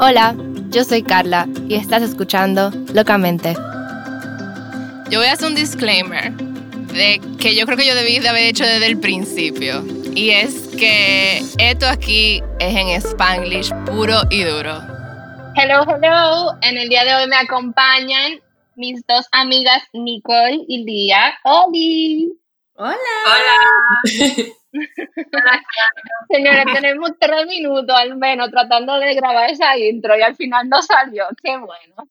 Hola, yo soy Carla y estás escuchando Locamente. Yo voy a hacer un disclaimer de que yo creo que yo debí de haber hecho desde el principio. Y es que esto aquí es en Spanglish puro y duro. Hello, hello. En el día de hoy me acompañan mis dos amigas Nicole y Lía. ¡Holi! ¡Hola! ¡Hola! Señora, tenemos 3 minutos al menos tratando de grabar esa intro y al final no salió. ¡Qué bueno!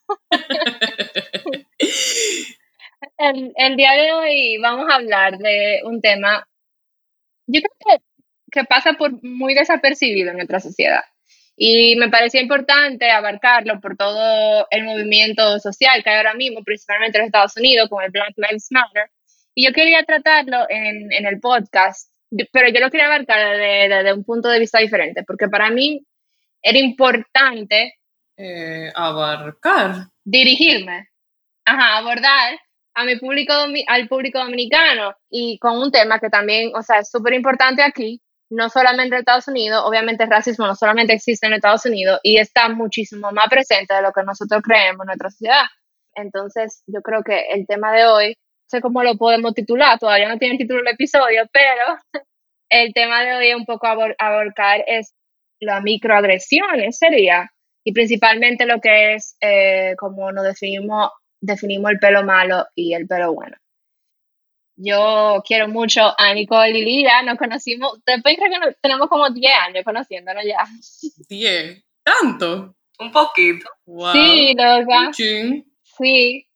El día de hoy vamos a hablar de un tema, yo creo que pasa por muy desapercibido en nuestra sociedad. Y me parecía importante abarcarlo por todo el movimiento social que hay ahora mismo, principalmente en los Estados Unidos, con el Black Lives Matter. Y yo quería tratarlo en el podcast, pero yo lo quería abarcar desde un punto de vista diferente, porque para mí era importante abarcar. Dirigirme, abordar a mi público, al público dominicano y con un tema que también, o sea, es súper importante aquí, no solamente en Estados Unidos, obviamente el racismo no solamente existe en Estados Unidos y está muchísimo más presente de lo que nosotros creemos en nuestra sociedad. Entonces, yo creo que el tema de hoy, no sé cómo lo podemos titular, todavía no tiene título el episodio, pero el tema de hoy es un poco abarcar es las microagresiones, sería, y principalmente lo que es como nos definimos el pelo malo y el pelo bueno. Yo quiero mucho a Nicole y Lía, nos conocimos, después creo que tenemos como 10 años conociéndonos ya. 10, ¿tanto? Un poquito. Wow. Sí, loca. Sí.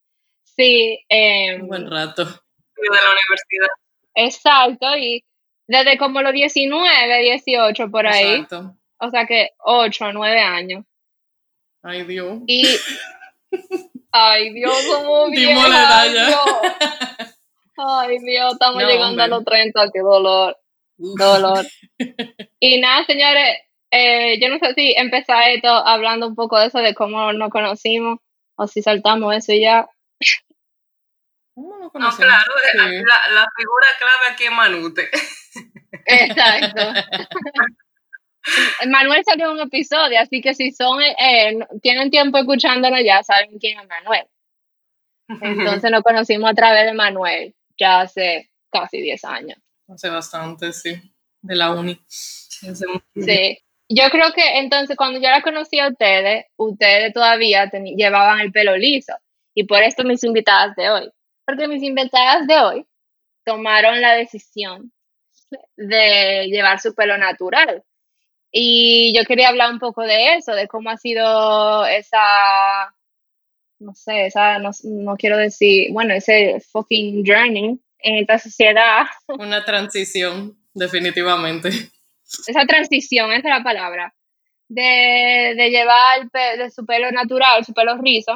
Un buen rato. De la universidad. Exacto, y desde como los 19, 18 por ahí. Exacto. O sea que 8 o 9 años. Ay, Dios. Y ay, Dios, somos Dimos viejas. la edad ya. Dios. Ay, Dios, estamos llegando hombre. a los 30, qué dolor. Uf. Dolor. Y nada, señores, yo no sé si empezar esto hablando un poco de eso, de cómo nos conocimos, o si saltamos eso y ya. ¿Cómo lo No, conocemos? claro, Sí. la figura clave aquí es Manute. Exacto. Manuel salió un episodio, así que si son tienen tiempo escuchándonos ya saben quién es Manuel. Entonces nos conocimos a través de Manuel, ya hace casi 10 años. Hace bastante, sí. De la uni. Sí. Yo creo que entonces cuando yo la conocí a ustedes todavía llevaban el pelo liso. Y por esto mis invitadas de hoy. Porque mis invitadas de hoy tomaron la decisión de llevar su pelo natural. Y yo quería hablar un poco de eso, de cómo ha sido esa, no sé, no quiero decir, bueno, ese fucking journey en esta sociedad. Una transición, definitivamente. Esa transición, esa es la palabra, de llevar de su pelo natural, su pelo rizo,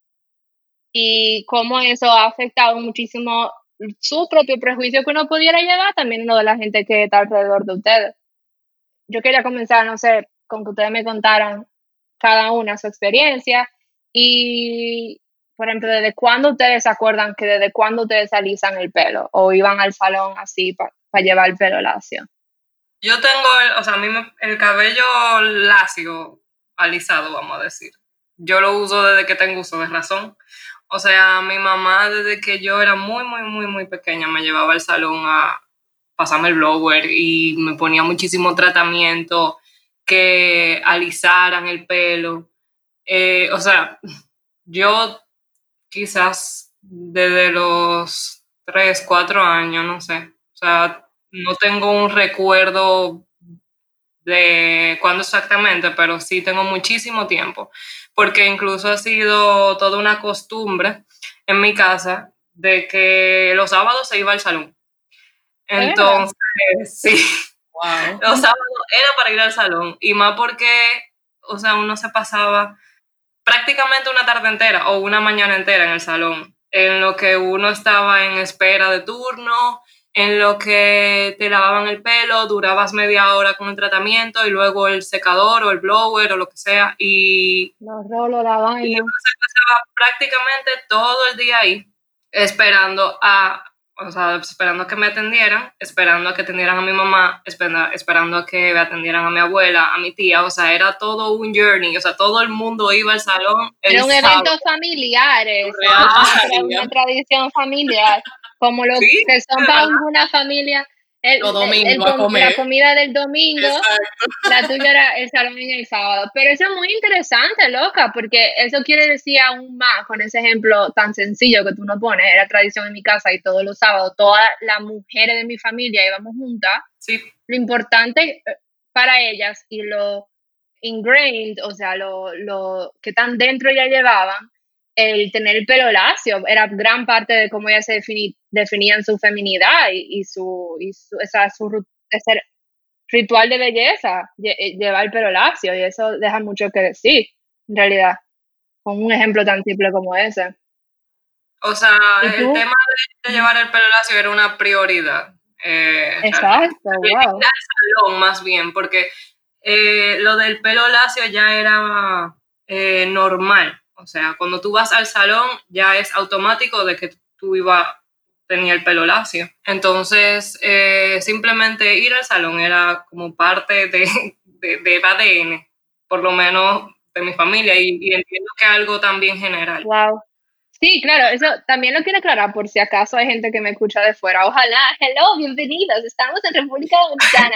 y cómo eso ha afectado muchísimo su propio prejuicio que uno pudiera llevar, también lo de la gente que está alrededor de ustedes. Yo quería comenzar, no sé, con que ustedes me contaran cada una su experiencia y, por ejemplo, ¿desde cuándo ustedes se acuerdan que desde cuándo ustedes alisan el pelo o iban al salón así para llevar el pelo lacio? Yo tengo, a mí el cabello lacio, alisado, vamos a decir. Yo lo uso desde que tengo uso de razón. O sea, mi mamá desde que yo era muy, muy, muy, muy pequeña me llevaba al salón a pasarme el blower y me ponía muchísimo tratamiento que alisaran el pelo. O sea, yo quizás desde los 3, 4 años, no sé. O sea, no tengo un recuerdo de cuándo exactamente, pero sí tengo muchísimo tiempo, porque incluso ha sido toda una costumbre en mi casa de que los sábados se iba al salón. Entonces, sí, wow. los sábados era para ir al salón, y más porque, o sea, uno se pasaba prácticamente una tarde entera o una mañana entera en el salón, en lo que uno estaba en espera de turno, en lo que te lavaban el pelo, durabas media hora con el tratamiento y luego el secador o el blower o lo que sea, y los rolos, la vaina. Y uno se pasaba prácticamente todo el día ahí esperando a o sea, esperando a que me atendieran, esperando a que atendieran a mi mamá, esperando a que me atendieran a mi abuela, a mi tía, o sea, era todo un journey, o sea, todo el mundo iba al salón Era un sábado. evento familiar, Real una tradición familiar, como lo Sí, que son para alguna familia, Los domingos a comer. la comida del domingo. Exacto. La tuya era el salón en el sábado. Pero eso es muy interesante, loca, porque eso quiere decir aún más con ese ejemplo tan sencillo que tú nos pones. Era tradición en mi casa y todos los sábados, todas las mujeres de mi familia íbamos juntas. sí. Lo importante para ellas y lo ingrained, o sea, lo que tan dentro ya llevaban, el tener el pelo lacio, era gran parte de cómo ellas se definían su feminidad y ese ritual de belleza, llevar el pelo lacio, y eso deja mucho que decir, en realidad, con un ejemplo tan simple como ese. O sea, ¿Y el tú? tema de llevar el pelo lacio era una prioridad. Exacto, wow. Ir al salón más bien, porque lo del pelo lacio ya era normal. O sea, cuando tú vas al salón ya es automático de que tú tenía el pelo lacio. Entonces, simplemente ir al salón era como parte del ADN, por lo menos de mi familia, y entiendo que es algo también general. Wow. Sí, claro, eso también lo quiero aclarar por si acaso hay gente que me escucha de fuera. Ojalá, hello, bienvenidos, estamos en República Dominicana.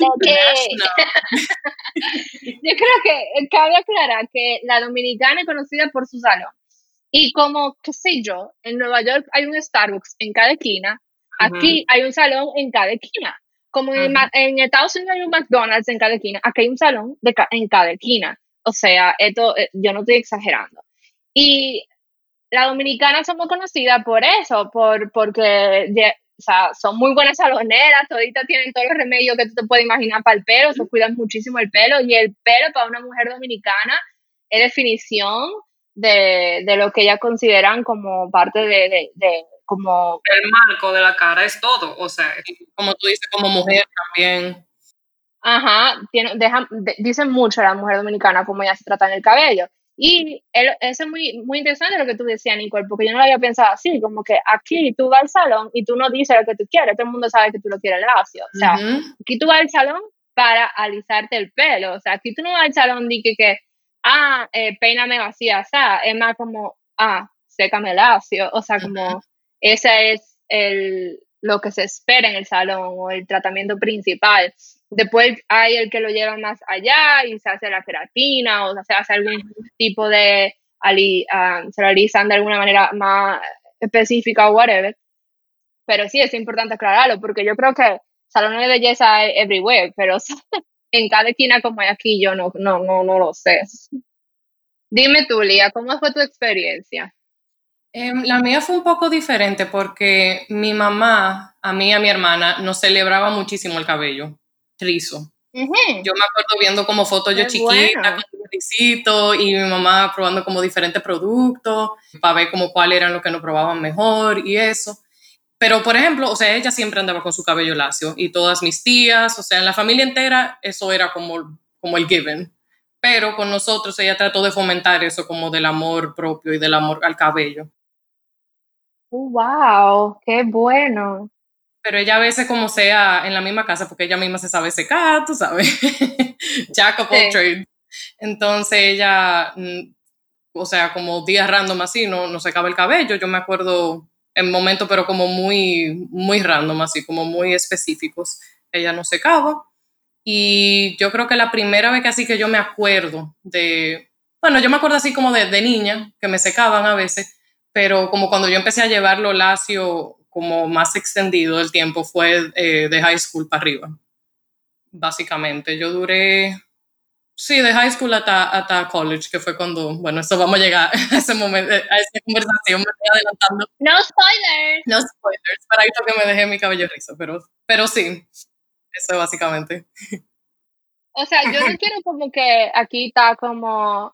Yo creo que cabe aclarar que la dominicana es conocida por su salón. Y como, qué sé yo, en Nueva York hay un Starbucks en cada esquina, aquí hay un salón en cada esquina. Como en Estados Unidos hay un McDonald's en cada esquina, aquí hay un salón en cada esquina. O sea, esto yo no estoy exagerando. Y la dominicana somos conocidas por eso, porque o sea, son muy buenas saloneras, toditas tienen todos los remedios que tú te puedes imaginar para el pelo, se cuidan muchísimo el pelo, y el pelo para una mujer dominicana es definición de lo que ellas consideran como parte de como... El marco de la cara es todo, o sea... Como tú dices, como mujer también. Ajá, dicen mucho a la mujer dominicana cómo ella se trata en el cabello. Y eso es muy, muy interesante lo que tú decías, Nicole, porque yo no lo había pensado así, como que aquí tú vas al salón y tú no dices lo que tú quieres, todo el mundo sabe que tú lo quieres lacio. O sea, aquí tú vas al salón para alisarte el pelo, o sea, aquí tú no vas al salón y peíname así, o sea, es más como, sécame lacio, o sea, como, ese es lo que se espera en el salón o el tratamiento principal. Después hay el que lo lleva más allá y se hace la queratina o se hace algún tipo de, se lo alisan de alguna manera más específica o whatever. Pero sí, es importante aclararlo porque yo creo que salones de belleza hay everywhere, pero en cada esquina como hay aquí yo no lo sé. Dime tú, Lía, ¿cómo fue tu experiencia? La mía fue un poco diferente porque mi mamá, a mí y a mi hermana, nos celebraba muchísimo el cabello rizo. Yo me acuerdo viendo como fotos yo chiquita con un risito y mi mamá probando como diferentes productos para ver como cuáles eran los que nos probaban mejor y eso. Pero, por ejemplo, o sea, ella siempre andaba con su cabello lacio y todas mis tías, o sea, en la familia entera eso era como el given. Pero con nosotros ella trató de fomentar eso como del amor propio y del amor al cabello. ¡Wow! ¡Qué bueno! Pero ella a veces como sea en la misma casa, porque ella misma se sabe secar, tú sabes, jack of all trades. Entonces ella, o sea, como días random así, no secaba el cabello. Yo me acuerdo en momentos, pero como muy, muy random así, como muy específicos. Ella no secaba. Y yo creo que la primera vez que así que yo me acuerdo bueno, yo me acuerdo así como de niña, que me secaban a veces, pero como cuando yo empecé a llevarlo lacio como más extendido el tiempo fue de high school para arriba, básicamente. Yo duré, sí, de high school hasta college, que fue cuando, bueno, eso vamos a llegar a ese momento, a esa conversación, me estoy adelantando. No spoilers. No spoilers, para esto que me dejé mi cabello rizo, pero sí, eso básicamente. O sea, yo no quiero como que aquí está como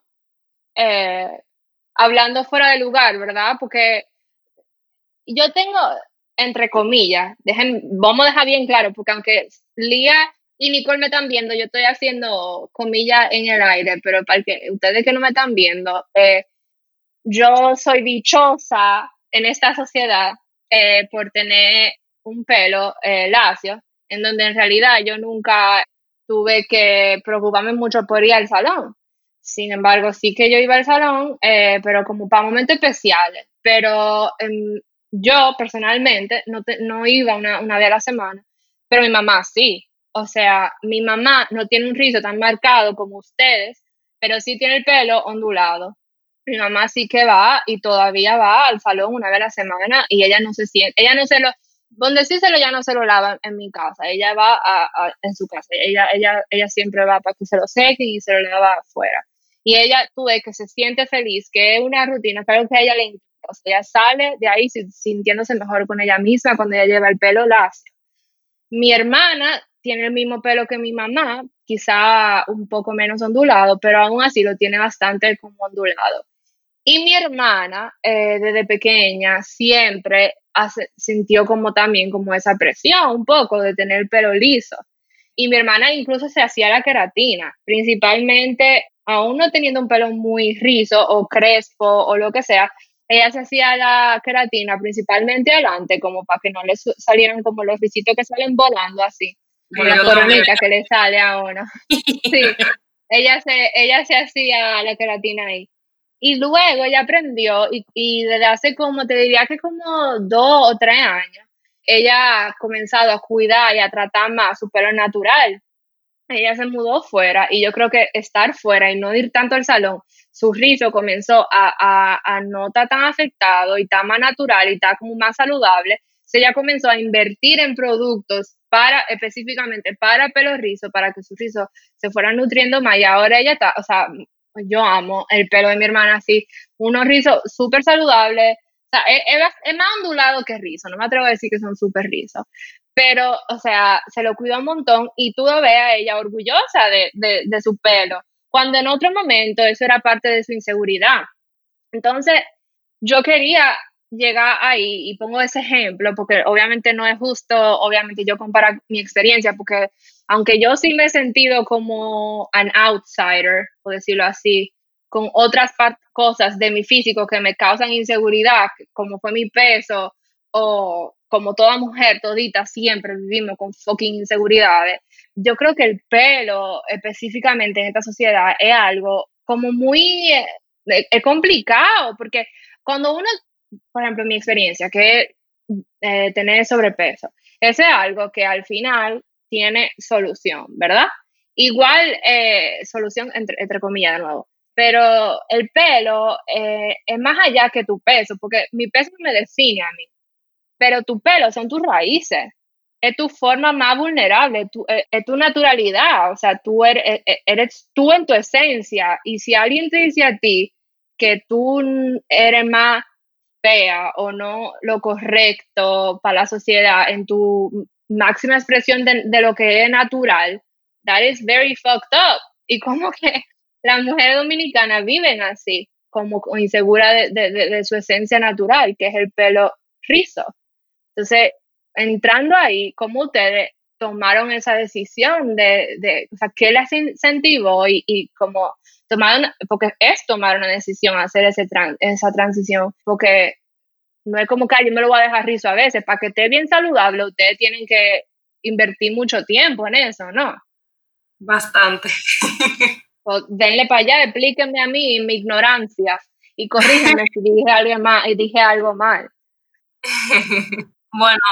hablando fuera de lugar, ¿verdad? Porque yo tengo, entre comillas, vamos a dejar bien claro, porque aunque Lía y Nicole me están viendo, yo estoy haciendo comillas en el aire, pero para que ustedes que no me están viendo, yo soy dichosa en esta sociedad por tener un pelo lacio, en donde en realidad yo nunca tuve que preocuparme mucho por ir al salón. Sin embargo, sí que yo iba al salón, pero como para momentos especiales. Pero yo personalmente no iba una vez a la semana, pero mi mamá sí. O sea, mi mamá no tiene un rizo tan marcado como ustedes, pero sí tiene el pelo ondulado. Mi mamá sí que va y todavía va al salón una vez a la semana y ella no se siente, ella no se lo, donde sí se lo, ya no se lo lava en mi casa, ella va en su casa, ella siempre va para que se lo seque y se lo lava afuera. Y ella, tú ves que se siente feliz, que es una rutina, que es algo que a ella le encanta. O sea, ella sale de ahí sintiéndose mejor con ella misma cuando ella lleva el pelo lacio. Mi hermana tiene el mismo pelo que mi mamá, quizá un poco menos ondulado, pero aún así lo tiene bastante como ondulado. Y mi hermana, desde pequeña, siempre sintió como también como esa presión un poco de tener el pelo liso. Y mi hermana incluso se hacía la queratina, principalmente, aún no teniendo un pelo muy rizo o crespo o lo que sea, ella se hacía la queratina principalmente adelante, como para que no le salieran como los risitos que salen volando así, como la coronita que le sale a uno. Sí, ella se hacía la queratina ahí. Y luego ella aprendió y desde hace como, te diría que como 2 o 3 años, ella ha comenzado a cuidar y a tratar más su pelo natural. Ella se mudó fuera y yo creo que estar fuera y no ir tanto al salón, su rizo comenzó a no estar tan afectado y estar más natural y estar como más saludable. Entonces ella comenzó a invertir en productos específicamente para pelo rizo, para que su rizo se fuera nutriendo más y ahora ella está, o sea, yo amo el pelo de mi hermana así, unos rizos súper saludables, o sea, es más ondulado que rizo, no me atrevo a decir que son súper rizos, pero, o sea, se lo cuida un montón y tú lo ves a ella orgullosa de su pelo, cuando en otro momento eso era parte de su inseguridad. Entonces, yo quería llegar ahí y pongo ese ejemplo porque obviamente no es justo, obviamente yo comparar mi experiencia porque aunque yo sí me he sentido como an outsider, por decirlo así, con otras cosas de mi físico que me causan inseguridad, como fue mi peso o como toda mujer, todita, siempre vivimos con fucking inseguridades. Yo creo que el pelo, específicamente en esta sociedad, es algo como muy es complicado, porque cuando uno, por ejemplo, en mi experiencia, que tener sobrepeso, eso es algo que al final tiene solución, ¿verdad? Igual, solución entre comillas de nuevo. Pero el pelo es más allá que tu peso, porque mi peso me define a mí, pero tu pelo son tus raíces, es tu forma más vulnerable, es tu naturalidad, o sea, tú eres tú en tu esencia, y si alguien te dice a ti que tú eres más fea o no lo correcto para la sociedad en tu máxima expresión de lo que es natural, that is very fucked up. Y como que las mujeres dominicanas viven así, como insegura de su esencia natural, que es el pelo rizo. Entonces, entrando ahí, ¿cómo ustedes tomaron esa decisión o sea, qué les incentivó y cómo tomaron, porque es tomar una decisión, hacer esa transición, porque no es como que yo me lo voy a dejar rizo a veces, para que esté bien saludable, ustedes tienen que invertir mucho tiempo en eso, ¿no? Bastante. Pues denle para allá, explíquenme a mí mi ignorancia y corríjanme si dije algo mal. Bueno,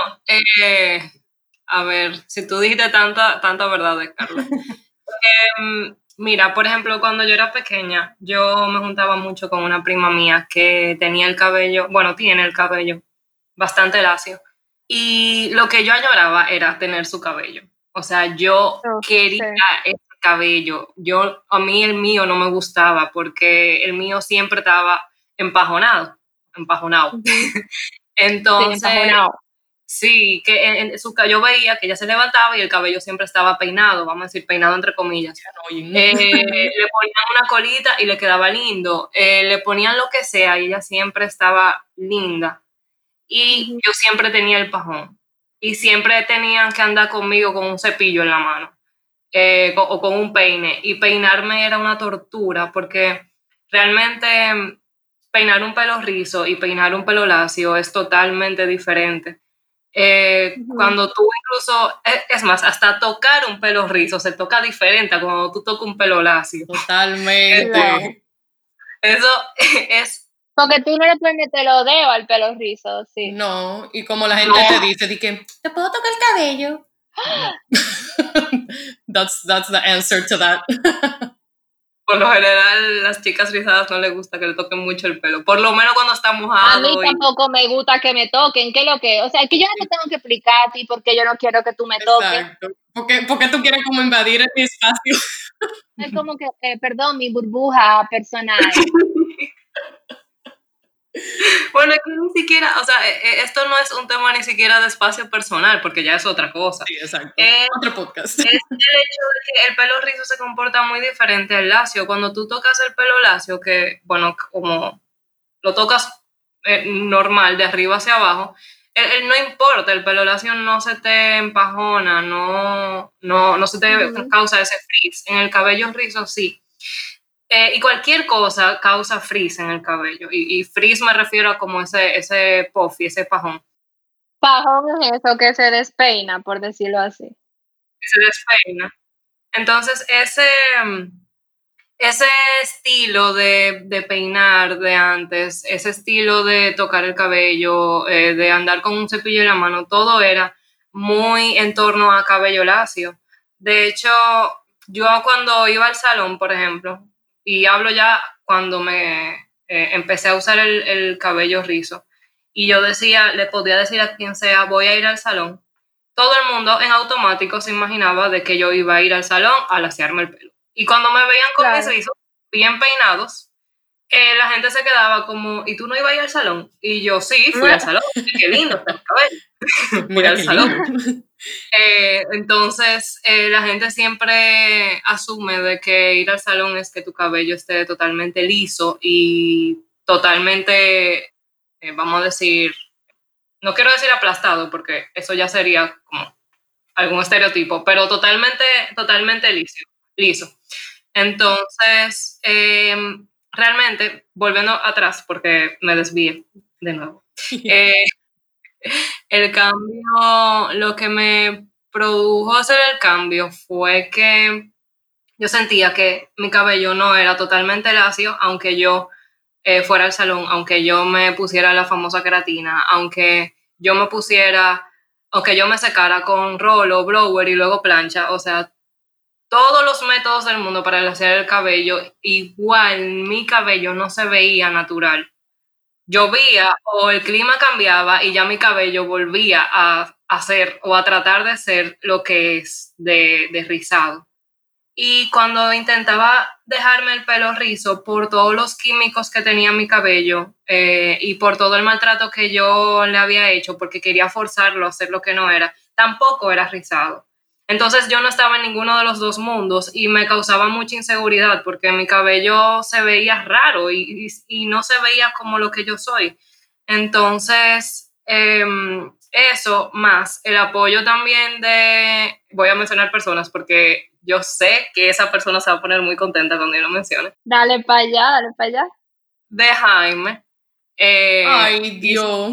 a ver, si tú dijiste tanta verdad, Carla. Mira, por ejemplo, cuando yo era pequeña, yo me juntaba mucho con una prima mía que tenía el cabello, bueno, tiene el cabello bastante lacio. Y lo que yo añoraba era tener su cabello. O sea, yo quería ese cabello. A mí el mío no me gustaba porque el mío siempre estaba empajonado. Uh-huh. Entonces, sí, empajonado. Sí, que yo veía que ella se levantaba y el cabello siempre estaba peinado, vamos a decir, peinado entre comillas. Le ponían una colita y le quedaba lindo. Le ponían lo que sea y ella siempre estaba linda. Y yo siempre tenía el pajón. Y siempre tenían que andar conmigo con un cepillo en la mano o con un peine. Y peinarme era una tortura porque realmente peinar un pelo rizo y peinar un pelo lacio es totalmente diferente. Cuando tú incluso, es más, hasta tocar un pelo rizo se toca diferente a cuando tú tocas un pelo lacio. Totalmente. Eso es... Porque tú no le puedes meter los dedos al pelo rizo, sí. No, y como la gente te dice, di que, ¿te puedo tocar el cabello? No. That's the answer to that. Por lo general, las chicas rizadas no les gusta que le toquen mucho el pelo. Por lo menos cuando está mojado. A mí tampoco me gusta que me toquen. ¿Qué es lo que? O sea, que yo no te tengo que explicar a ti porque yo no quiero que tú me toques. Exacto. Porque tú quieres como invadir mi espacio. Es como que, perdón, mi burbuja personal. Bueno, es que ni siquiera, o sea, esto no es un tema ni siquiera de espacio personal, porque ya es otra cosa. Sí, exacto. Otro podcast. Es el hecho de que el pelo rizo se comporta muy diferente al lacio. Cuando tú tocas el pelo lacio, que, bueno, como lo tocas normal, de arriba hacia abajo, no importa, el pelo lacio no se te empajona, no se te causa ese frizz. En el cabello rizo sí. Y cualquier cosa causa frizz en el cabello. Y frizz me refiero a como ese puffy, ese pajón. Pajón es eso que se despeina, por decirlo así. Que se despeina. Entonces, ese estilo de peinar de antes, ese estilo de tocar el cabello, de andar con un cepillo en la mano, todo era muy en torno a cabello lacio. De hecho, yo cuando iba al salón, por ejemplo, y hablo ya cuando me empecé a usar el cabello rizo, y yo le podía decir a quien sea, voy a ir al salón, todo el mundo en automático se imaginaba de que yo iba a ir al salón a laciarme el pelo. Y cuando me veían con mis rizos bien peinados, la gente se quedaba como, ¿y tú no ibas a ir al salón? Y yo, sí, fui al salón, qué lindo está el cabello. Fui al salón. Entonces, la gente siempre asume de que ir al salón es que tu cabello esté totalmente liso y totalmente, vamos a decir, no quiero decir aplastado porque eso ya sería como algún estereotipo, pero totalmente liso. Entonces, realmente, volviendo atrás, porque me desvié de nuevo, el cambio, lo que me produjo hacer el cambio fue que yo sentía que mi cabello no era totalmente lacio, aunque yo fuera al salón, aunque yo me pusiera la famosa queratina, aunque yo me secara con rolo, blower y luego plancha, o sea, todos los métodos del mundo para laciar el cabello, igual mi cabello no se veía natural. Llovía o el clima cambiaba y ya mi cabello volvía a hacer o a tratar de ser lo que es de rizado. Y cuando intentaba dejarme el pelo rizo por todos los químicos que tenía mi cabello y por todo el maltrato que yo le había hecho porque quería forzarlo a hacer lo que no era, tampoco era rizado. Entonces yo no estaba en ninguno de los dos mundos y me causaba mucha inseguridad porque mi cabello se veía raro y no se veía como lo que yo soy. Entonces, eso más el apoyo también voy a mencionar personas porque yo sé que esa persona se va a poner muy contenta cuando yo lo mencione. Dale para allá. De Jaime. Ay, Dios.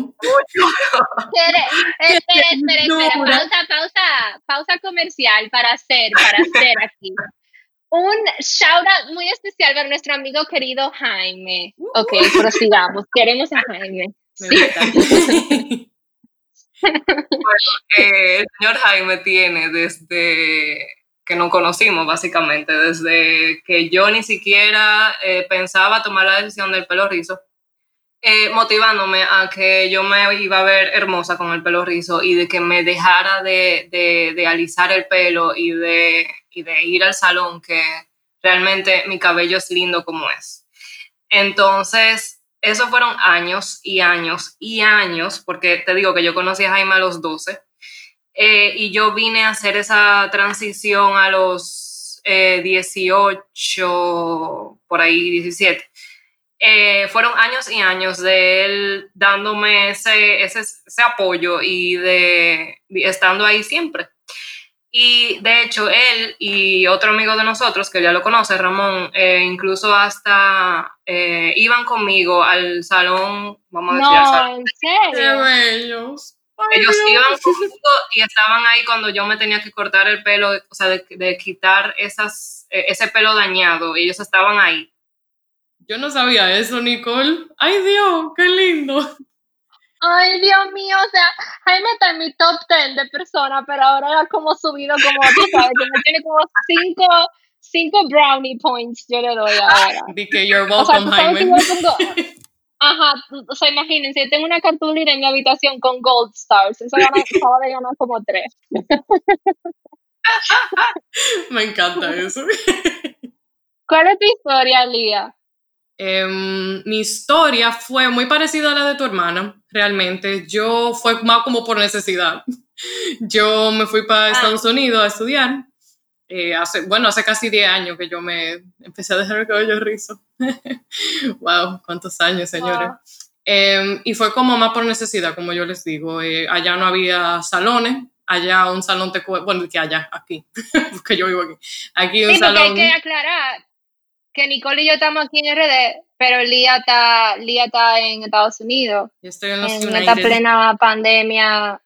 Espera, pausa comercial para hacer aquí. Un shout out muy especial para nuestro amigo querido Jaime. Ok, prosigamos. Queremos a Jaime. Sí. Bueno, el señor Jaime tiene desde que nos conocimos, básicamente, desde que yo ni siquiera pensaba tomar la decisión del pelo rizo, motivándome a que yo me iba a ver hermosa con el pelo rizo y de que me dejara de alisar el pelo y de ir al salón, que realmente mi cabello es lindo como es. Entonces, esos fueron años y años y años, porque te digo que yo conocí a Jaime a los 12, y yo vine a hacer esa transición a los 18, por ahí 17. Fueron años y años de él dándome ese apoyo y estando ahí siempre. Y de hecho, él y otro amigo de nosotros, que ya lo conoce, Ramón, incluso hasta iban conmigo al salón, vamos a decir, al salón. No, ¿en serio? ¡Qué bellos! Ay, Ellos Dios. iban conmigo y estaban ahí cuando yo me tenía que cortar el pelo, o sea, de quitar ese pelo dañado. Ellos estaban ahí. Yo no sabía eso, Nicole. ¡Ay, Dios! ¡Qué lindo! Ay, Dios mío, o sea, Jaime está en mi top 10 de personas, pero ahora ha como subido como, tú sabes, como tiene como cinco brownie points yo le doy ahora. Di que you're O sea, welcome, tú sabes que Jaime. yo tengo, ajá, o sea, imagínense, yo tengo una cartulina en mi habitación con gold stars, eso acaba de ganar como 3. Me encanta eso. ¿Cuál es tu historia, Lía? Mi historia fue muy parecida a la de tu hermana, realmente. Yo fue más como por necesidad. Yo me fui para Estados Unidos a estudiar. Hace casi 10 años que yo me empecé a dejar el cabello rizo. Wow, cuántos años, señores. Y fue como más por necesidad, como yo les digo. Allá no había salones. Allá un salón bueno, que allá, aquí, porque yo vivo aquí. Aquí un Sí, porque salón. hay que aclarar que Nicole y yo estamos aquí en RD, pero Lía está en Estados Unidos. Yo estoy en los en United. esta plena pandemia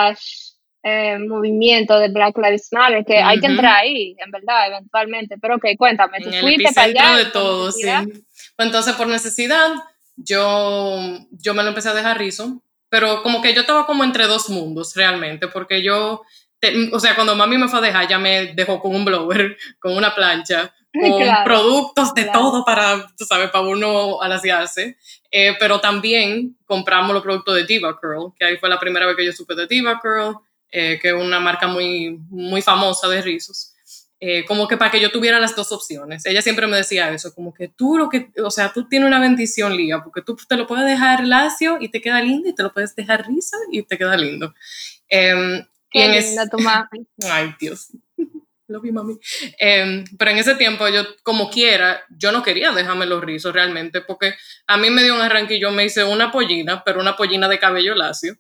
/ movimiento de Black Lives Matter, que hay que entrar ahí, en verdad, eventualmente. Pero ok, cuéntame, tú En el fuiste para epicentro allá. de todo, sí. Pues entonces, por necesidad, yo me lo empecé a dejar rizo, pero como que yo estaba como entre dos mundos, realmente, porque o sea, cuando mami me fue a dejar, ya me dejó con un blower, con una plancha, con Claro, productos de claro. todo para, tú sabes, para uno alaciarse. Pero también compramos los productos de Diva Curl, que ahí fue la primera vez que yo supe de Diva Curl, que es una marca muy, muy famosa de rizos. Como que para que yo tuviera las dos opciones. Ella siempre me decía eso, como que o sea, tú tienes una bendición, Lía, porque tú te lo puedes dejar lacio y te queda lindo, y te lo puedes dejar rizo y te queda lindo. Qué linda tu mami. Ay, Dios. Lo vi, mami. Pero en ese tiempo yo, como quiera, yo no quería dejarme los rizos realmente, porque a mí me dio un arranque y yo me hice una pollina, pero una pollina de cabello lacio.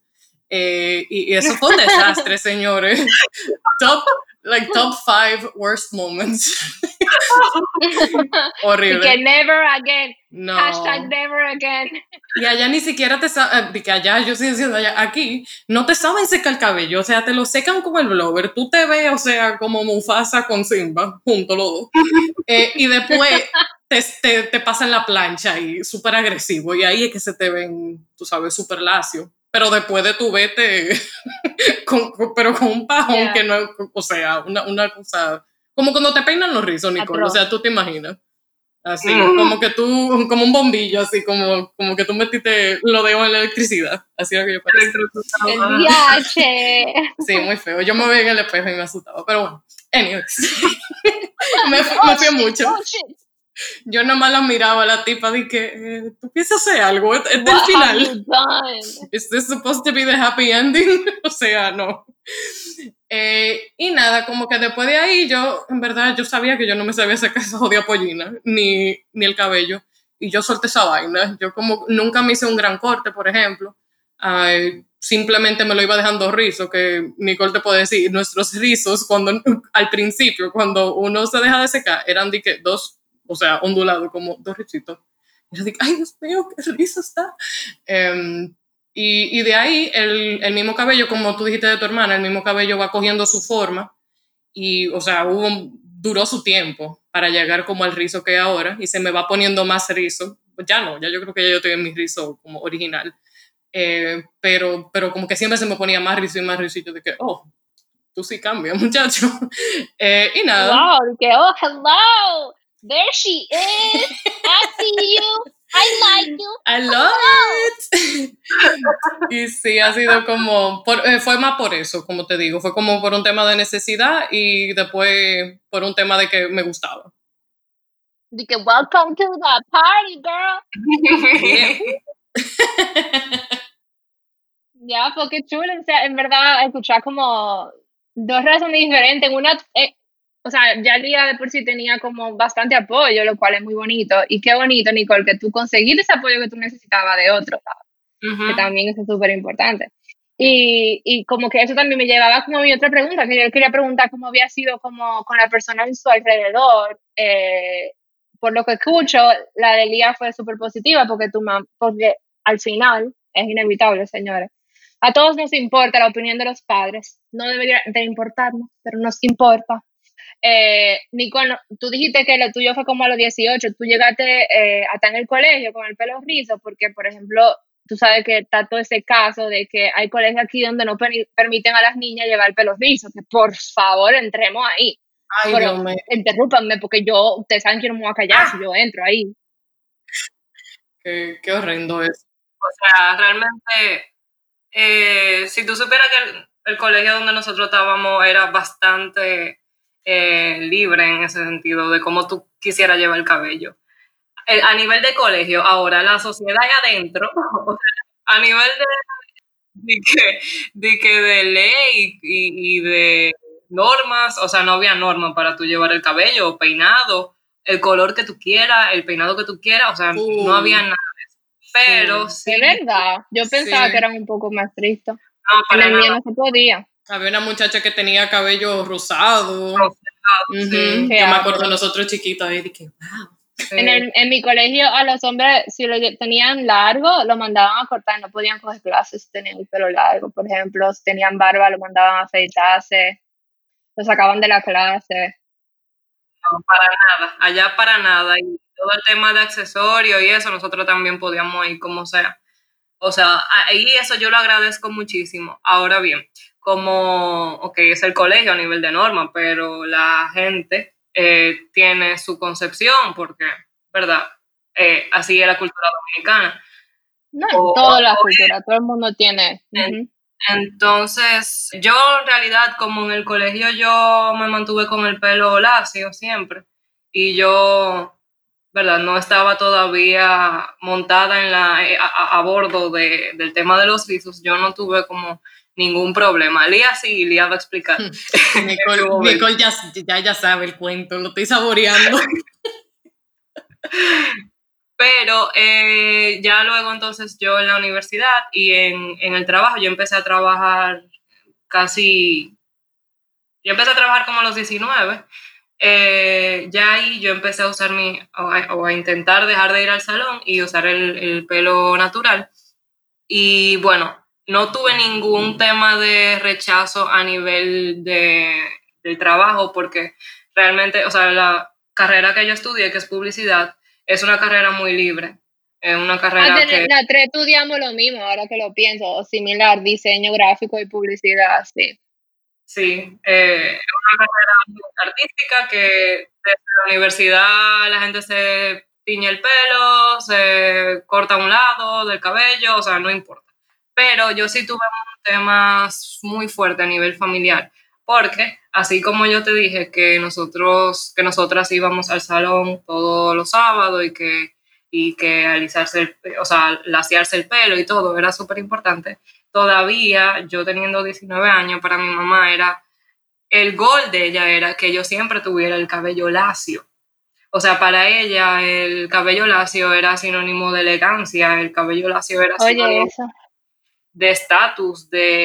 Y eso fue un desastre, señores. Top 5 worst moments. Horrible. Que never again. No. Hashtag never again. Y allá ni siquiera te saben, que allá, yo estoy diciendo allá, aquí, no te saben secar el cabello, o sea, te lo secan con el blower, tú te ves, o sea, como Mufasa con Simba, juntos los dos, y después te pasan la plancha y súper agresivo, y ahí es que se te ven, tú sabes, súper lacio, pero después de tu vete, pero con un pajón que no, o sea, una cosa, como cuando te peinan los rizos, Nicole, o sea, tú te imaginas. Así, como que tú, como un bombillo, así como que tú metiste los dedos en la electricidad. Así era que yo parecía. El viaje. Sí, muy feo. Yo me veía en el espejo y me asustaba. Pero bueno, anyways. me fui mucho. Yo nada más la miraba a la tipa y que tú piensas hacer algo. Este es el final. ¿Is this supposed to be the happy ending? O sea, no. Y nada, como que después de ahí yo, en verdad, yo sabía que yo no me sabía sacar esa jodida pollina, ni el cabello, y yo solté esa vaina. Yo como nunca me hice un gran corte, por ejemplo, simplemente me lo iba dejando rizo, que Nicole te puede decir, nuestros rizos, al principio, cuando uno se deja de secar, eran de que dos, o sea, ondulados, como dos rizitos. Y yo dije, ay, Dios mío, qué rizo está. Y de ahí el mismo cabello, como tú dijiste de tu hermana, el mismo cabello va cogiendo su forma y, o sea, duró su tiempo para llegar como al rizo que es ahora y se me va poniendo más rizo. Ya no, ya yo creo que ya yo tengo mi rizo como original. Pero como que siempre se me ponía más rizo y más rizo y yo de que, oh, tú sí cambias, muchacho. Y nada. Wow, que, oh, hello, there she is, I see you. I like you. I love it. Y sí, ha sido como, fue más por eso, como te digo, fue como por un tema de necesidad y después por un tema de que me gustaba. De que, welcome to the party, girl. Ya, porque chulo, o sea, en verdad, escuchar como dos razones diferentes. Una, o sea, ya el día de por sí tenía como bastante apoyo, lo cual es muy bonito. Y qué bonito, Nicole, que tú conseguiste ese apoyo que tú necesitabas de otros, ¿sabes? Que también eso es súper importante. Y como que eso también me llevaba como a mi otra pregunta, que yo quería preguntar cómo había sido como con la persona en su alrededor. Por lo que escucho, la de Lía fue súper positiva porque al final es inevitable, señores. A todos nos importa la opinión de los padres. No debería de importarnos, pero nos importa. Nicole, tú dijiste que lo tuyo fue como a los 18. Tú llegaste hasta en el colegio con el pelo rizo, porque, por ejemplo, tú sabes que está todo ese caso de que hay colegios aquí donde no permiten a las niñas llevar el pelo rizo, que por favor entremos ahí. Ay, Pero Dios mío. interrúpanme, porque ustedes saben que no me voy a callar si yo entro ahí. Qué horrendo es. O sea, realmente, si tú supieras que el colegio donde nosotros estábamos era bastante libre en ese sentido, de cómo tú quisieras llevar el cabello. A nivel de colegio, ahora la sociedad ahí adentro, o sea, a nivel de ley y de normas, o sea, no había norma para tú llevar el cabello o peinado, el color que tú quieras, el peinado que tú quieras, o sea, no había nada. Pero sí, De verdad, yo pensaba sí. que eran un poco más estrictos. no, En para el mío nada. no se podía. Había una muchacha que tenía cabello rosado. No, Ujú. Qué Yo me áspero. acuerdo de nosotros chiquitos ahí, de que, wow. sí. En mi colegio a los hombres, si lo tenían largo, lo mandaban a cortar, no podían coger clases si tenían el pelo largo. Por ejemplo, si tenían barba, lo mandaban a afeitarse, lo sacaban de la clase. No, para nada, allá para nada. Y todo el tema de accesorios y eso, nosotros también podíamos ir como sea. O sea, ahí eso yo lo agradezco muchísimo. Ahora bien, como, ok, es el colegio a nivel de norma, pero la gente tiene su concepción, porque, ¿verdad? Así es la cultura dominicana. No, O- toda la o- cultura, todo el mundo tiene. entonces, yo en realidad, como en el colegio yo me mantuve con el pelo lacio siempre, y yo, ¿verdad? No estaba todavía montada a bordo del tema de los rizos, yo no tuve como ningún problema. Lía sí, Lía va a explicar. Nicole ya sabe el cuento, lo estoy saboreando. Pero ya luego entonces yo en la universidad y en el trabajo, yo empecé a trabajar casi, yo empecé a trabajar como a los 19. Ya ahí yo empecé a usar o a intentar dejar de ir al salón y usar el pelo natural. Y bueno, no tuve ningún tema de rechazo a nivel del trabajo porque realmente, o sea, la carrera que yo estudié, que es publicidad, es una carrera muy libre. Es una carrera que... La tres estudiamos lo mismo, ahora que lo pienso, similar, diseño gráfico y publicidad, sí. Sí, es una carrera muy artística que desde la universidad la gente se tiñe el pelo, se corta un lado del cabello, o sea, no importa. Pero yo sí tuve un tema muy fuerte a nivel familiar, porque así como yo te dije que nosotras íbamos al salón todos los sábados y que alisarse, o sea, laciarse el pelo y todo, era súper importante. Todavía, yo teniendo 19 años, para mi mamá el gol de ella era que yo siempre tuviera el cabello lacio. O sea, para ella el cabello lacio era sinónimo de elegancia, el cabello lacio era Oye, sinónimo eso. de estatus,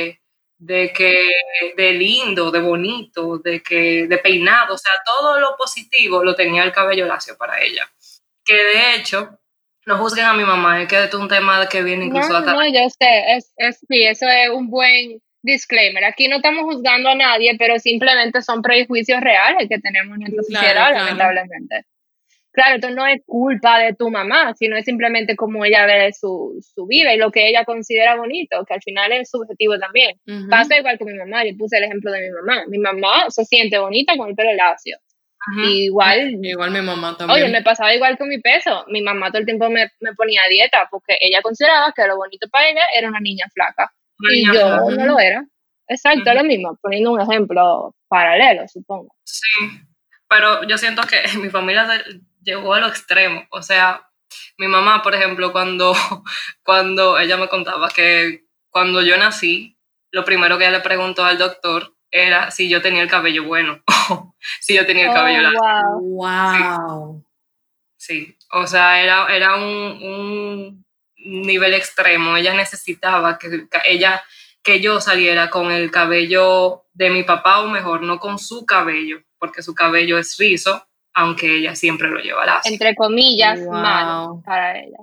de lindo, de bonito, de peinado, o sea, todo lo positivo lo tenía el cabello lacio para ella. Que de hecho, no juzguen a mi mamá, es que esto es un tema que viene No, incluso de acá. no, yo sé, sí, eso es un buen disclaimer. Aquí no estamos juzgando a nadie, pero simplemente son prejuicios reales que tenemos en nuestra sociedad, Claro. lamentablemente. Claro, esto no es culpa de tu mamá, sino es simplemente como ella ve su vida y lo que ella considera bonito, que al final es subjetivo también. Ujú. Pasa igual con mi mamá, yo puse el ejemplo de mi mamá. Mi mamá se siente bonita con el pelo lacio. Igual, Igual mi mamá también. oye, me pasaba igual con mi peso. Mi mamá todo el tiempo me ponía a dieta porque ella consideraba que lo bonito para ella era una niña flaca. Y yo no lo era. Exacto, lo mismo, poniendo un ejemplo paralelo, supongo. Sí, pero yo siento que mi familia llegó a lo extremo. O sea, mi mamá, por ejemplo, cuando ella me contaba que cuando yo nací, lo primero que ella le preguntó al doctor era si yo tenía el cabello bueno, si yo tenía el cabello largo. Wow. Sí, o sea, era un nivel extremo. Ella necesitaba que que yo saliera con el cabello de mi papá, o mejor, no con su cabello, porque su cabello es rizo, aunque ella siempre lo lleva lacio. Entre comillas, Wow. malo para ella.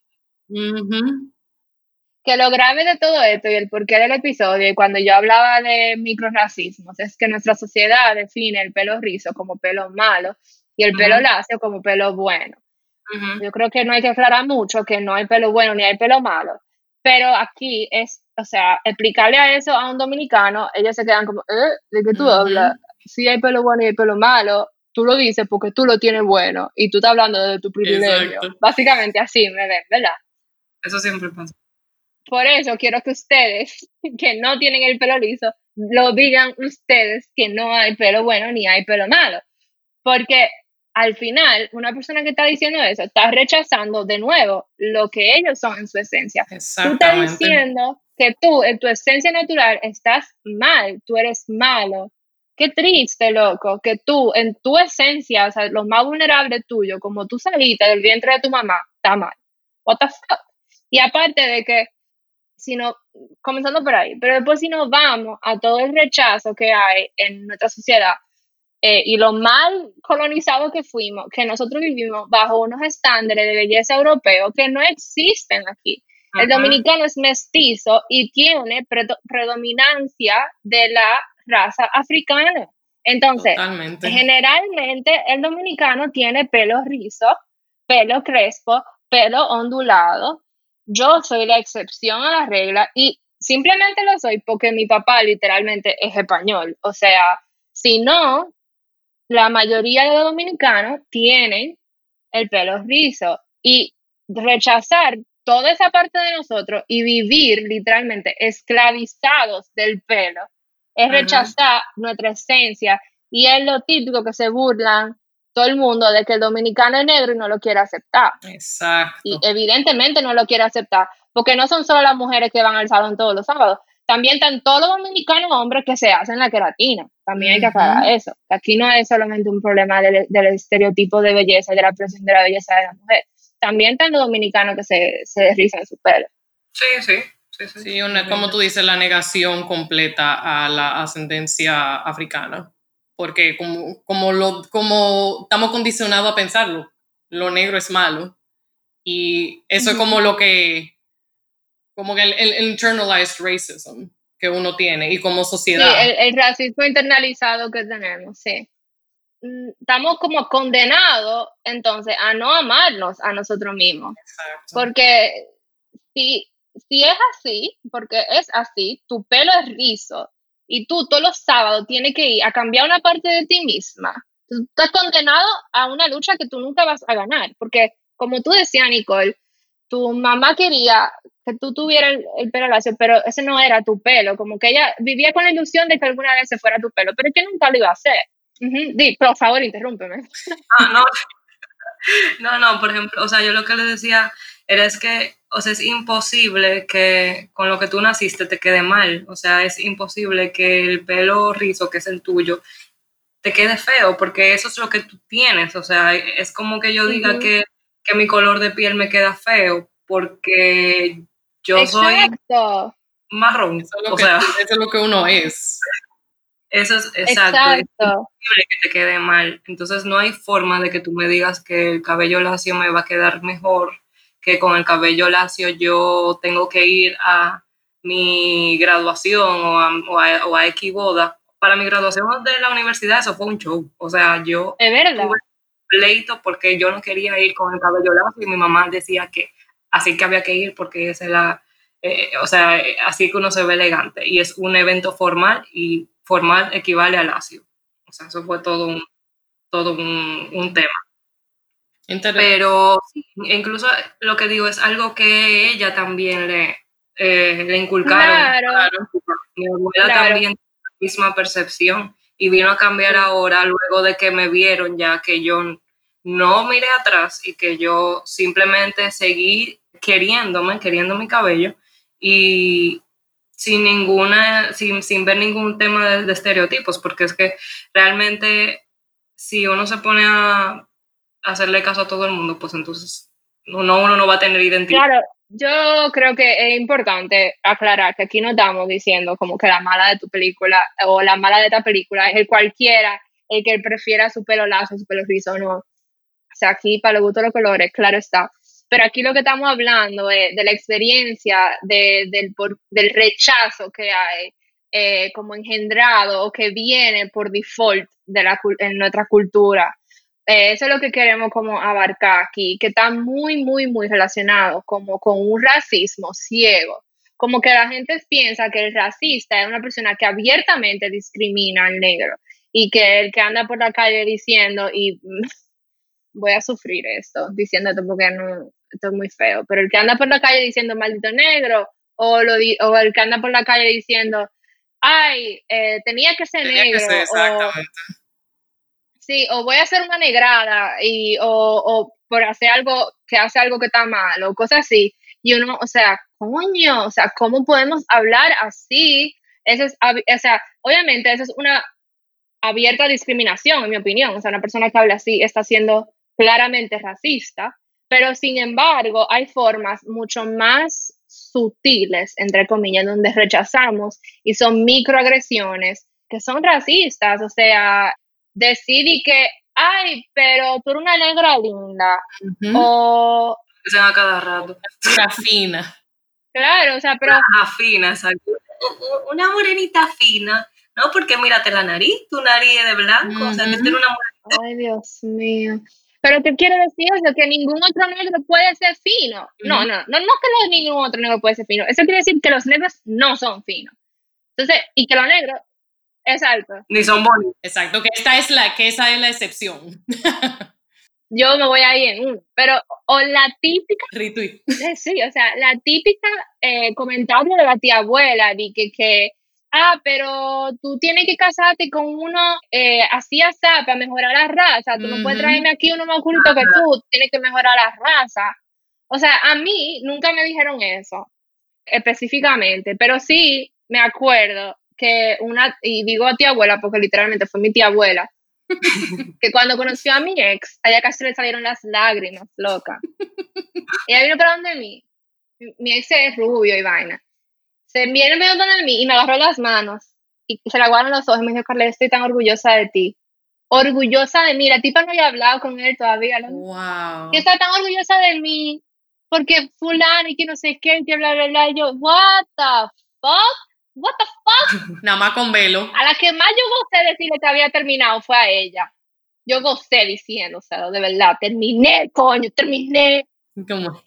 Ujú. Que lo grave de todo esto y el porqué del episodio, y cuando yo hablaba de microrracismos, es que nuestra sociedad define el pelo rizo como pelo malo y el pelo Ujú. lacio como pelo bueno. Ujú. Yo creo que no hay que aclarar mucho que no hay pelo bueno ni hay pelo malo, pero aquí es, o sea, explicarle a eso a un dominicano, ellos se quedan como, ¿de qué tú hablas? Si hay pelo bueno y hay pelo malo, tú lo dices porque tú lo tienes bueno y tú estás hablando de tu privilegio. Exacto. Básicamente así me ven, ¿verdad? Eso siempre pasa. Por eso quiero que ustedes, que no tienen el pelo liso, lo digan ustedes que no hay pelo bueno ni hay pelo malo. Porque al final, una persona que está diciendo eso está rechazando de nuevo lo que ellos son en su esencia. Tú estás Exactamente. diciendo que tú, en tu esencia natural, estás mal, tú eres malo. Qué triste, loco, que tú, en tu esencia, o sea, lo más vulnerable tuyo, como tú saliste del vientre de tu mamá, está mal. What the fuck? Y aparte de que si no, comenzando por ahí, pero después si nos vamos a todo el rechazo que hay en nuestra sociedad y lo mal colonizado que fuimos, que nosotros vivimos bajo unos estándares de belleza europeos que no existen aquí. El dominicano es mestizo y tiene predominancia de la raza africana. Entonces, Totalmente. generalmente el dominicano tiene pelo rizo, pelo crespo, pelo ondulado. Yo soy la excepción a la regla y simplemente lo soy porque mi papá literalmente es español. O sea, si no, la mayoría de los dominicanos tienen el pelo rizo y rechazar toda esa parte de nosotros y vivir literalmente esclavizados del pelo es rechazar nuestra esencia y es lo típico que se burlan todo el mundo de que el dominicano es negro y no lo quiere aceptar. Exacto. Y evidentemente no lo quiere aceptar, porque no son solo las mujeres que van al salón todos los sábados, también están todos los dominicanos hombres que se hacen la queratina. También hay que aclarar eso. Aquí no es solamente un problema del estereotipo de belleza y de la presión de la belleza de la mujer. También están los dominicanos que se desrizan su pelo. Sí. Sí, como tú dices, la negación completa a la ascendencia africana. Porque como estamos condicionados a pensarlo, lo negro es malo. Y eso es como como el internalized racism que uno tiene y como sociedad. Sí, el racismo internalizado que tenemos, sí. Estamos como condenados entonces a no amarnos a nosotros mismos. Exacto. Porque si es así, porque es así, tu pelo es rizo y tú todos los sábados tienes que ir a cambiar una parte de ti misma, tú estás condenado a una lucha que tú nunca vas a ganar. Porque como tú decías, Nicole, tu mamá quería que tú tuvieras el pelo lacio, pero ese no era tu pelo, como que ella vivía con la ilusión de que alguna vez se fuera tu pelo, pero es que nunca lo iba a hacer. Por favor, interrúmpeme. No, por ejemplo, o sea, yo lo que le decía es que, o sea, es imposible que con lo que tú naciste te quede mal, o sea, es imposible que el pelo rizo, que es el tuyo, te quede feo, porque eso es lo que tú tienes, o sea, es como que yo diga que mi color de piel me queda feo, porque yo soy marrón, eso es lo que uno es. Eso es exacto. Es imposible que te quede mal. Entonces no hay forma de que tú me digas que el cabello lacio me va a quedar mejor, que con el cabello lacio yo tengo que ir a mi graduación o a X boda. Para mi graduación de la universidad eso fue un show. O sea, yo tuve pleito porque yo no quería ir con el cabello lacio y mi mamá decía que así que había que ir porque esa es la... o sea, así que uno se ve elegante y es un evento formal y formal equivale a lacio. O sea, eso fue todo un tema. Pero sí, incluso lo que digo es algo que ella también le inculcaron. Claro. Mi abuela también tiene la misma percepción y vino a cambiar ahora luego de que me vieron ya que yo no miré atrás y que yo simplemente seguí queriendo mi cabello y sin ver ningún tema de estereotipos, porque es que realmente si uno se pone a hacerle caso a todo el mundo, pues entonces uno no va a tener identidad. Claro, Yo creo que es importante aclarar que aquí no estamos diciendo como que la mala de tu película o la mala de esta película es el cualquiera, el que prefiera su pelo lacio, su pelo rizo, no. O sea, aquí para los gustos de los colores, claro está. Pero aquí lo que estamos hablando es de la experiencia, del rechazo que hay como engendrado o que viene por default en nuestra cultura. Eso es lo que queremos como abarcar aquí, que está muy, muy, muy relacionado como con un racismo ciego. Como que la gente piensa que el racista es una persona que abiertamente discrimina al negro y que el que anda por la calle diciendo y voy a sufrir esto, diciendo esto porque no, esto es muy feo, pero el que anda por la calle diciendo maldito negro, o el que anda por la calle diciendo, ay, tenía que ser Tenía que ser negro, o exactamente. sí, o voy a hacer una negrada, o por hacer algo, que hace algo que está mal, o cosas así, y uno, o sea, coño, o sea, ¿cómo podemos hablar así? O sea, obviamente eso es una abierta discriminación, en mi opinión. O sea, una persona que habla así está siendo claramente racista, pero sin embargo hay formas mucho más sutiles, entre comillas, donde rechazamos y son microagresiones que son racistas. O sea, decir y que, ay, pero tú eres una negra linda. Uh-huh. O, Dicen a cada rato. Pura fina. claro, o sea, pero... Ajá, fina, exacto. Una morenita fina. No, porque mírate la nariz, tu nariz es de blanco, o sea, que tú eres una morenita. Ay, Dios mío. Pero ¿qué quiere decir eso? Que ningún otro negro puede ser fino. No, Uh-huh. no que ningún otro negro puede ser fino. Eso quiere decir que los negros no son finos. Entonces, y que los negros, exacto. Ni son bonitos. Exacto, que esa es la excepción. Yo me voy ahí en uno. Pero, o la típica, Retweet. sí, o sea, la típica comentario de la tía abuela, de pero tú tienes que casarte con uno así para mejorar la raza. Tú no puedes traerme aquí uno más culto que tú tienes que mejorar la raza. O sea, a mí nunca me dijeron eso específicamente, pero sí me acuerdo que y digo a tía abuela porque literalmente fue mi tía abuela, que cuando conoció a mi ex, a ella casi le salieron las lágrimas, loca. Ella vino para donde mí, mi ex es rubio y vaina. Se viene medio donde mí y me agarró las manos y se le aguaron los ojos y me dijo, Carla, estoy tan orgullosa de ti. Orgullosa de mí. La tipa no había hablado con él todavía. ¿No? Wow. Que está tan orgullosa de mí porque fulano y que no sé qué, que bla, bla, bla. Y yo, what the fuck? What the fuck? Nada más con velo. A la que más yo gocé decirle que había terminado fue a ella. Yo gocé diciendo, o sea, de verdad, terminé, coño, terminé. Como,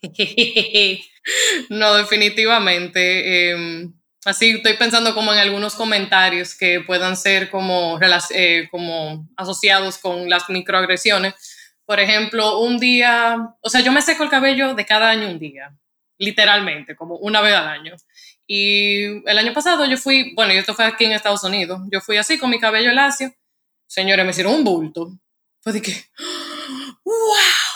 no, definitivamente. Así estoy pensando como en algunos comentarios que puedan ser como asociados con las microagresiones. Por ejemplo, un día, o sea, yo me seco el cabello de cada año un día, literalmente, como una vez al año. Y el año pasado yo fui, bueno, y esto fue aquí en Estados Unidos, yo fui así con mi cabello lacio. Señores, me hicieron un bulto. Fue de que, ¡wow!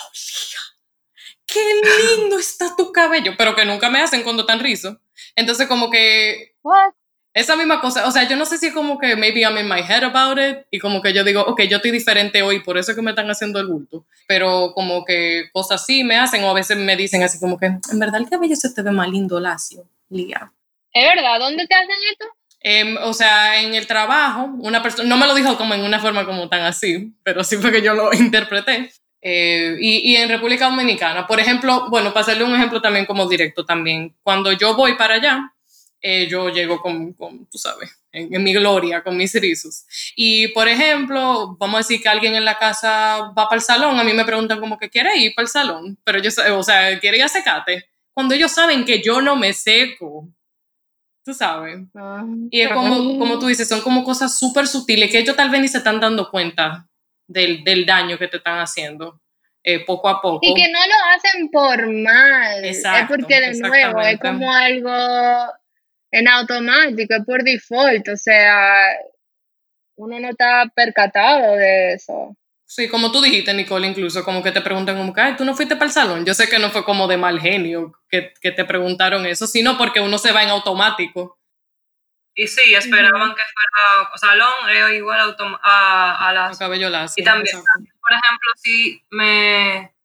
¡Qué lindo está tu cabello! Pero que nunca me hacen cuando están rizos. Entonces, como que What? esa misma cosa, o sea, yo no sé si es como que maybe I'm in my head about it y como que yo digo, ok, yo estoy diferente hoy, por eso es que me están haciendo el bulto. Pero como que cosas así me hacen o a veces me dicen así como que, en verdad el cabello se te ve más lindo lacio, Lía. ¿Es verdad? ¿Dónde te hacen esto? O sea, en el trabajo, una persona, no me lo dijo como en una forma como tan así, pero sí fue que yo lo interpreté. Y en República Dominicana, por ejemplo, bueno, para hacerle un ejemplo también como directo también, cuando yo voy para allá, yo llego con tú sabes, en mi gloria, con mis rizos. Y, por ejemplo, vamos a decir que alguien en la casa va para el salón, a mí me preguntan como que quiere ir para el salón, pero yo, o sea, quiere ir a secarte, cuando ellos saben que yo no me seco, tú sabes. Y es como tú dices, son como cosas súper sutiles que ellos tal vez ni se están dando cuenta del daño que te están haciendo poco a poco. Y que no lo hacen por mal. Exacto, es porque, de nuevo, es como algo en automático, es por default. O sea, uno no está percatado de eso. Sí, como tú dijiste, Nicole, incluso como que te preguntan como que, ay, ¿tú no fuiste para el salón? Yo sé que no fue como de mal genio que te preguntaron eso, sino porque uno se va en automático. Y sí, esperaban que fuera salón igual a las... A cabello lacio. Y también, por ejemplo,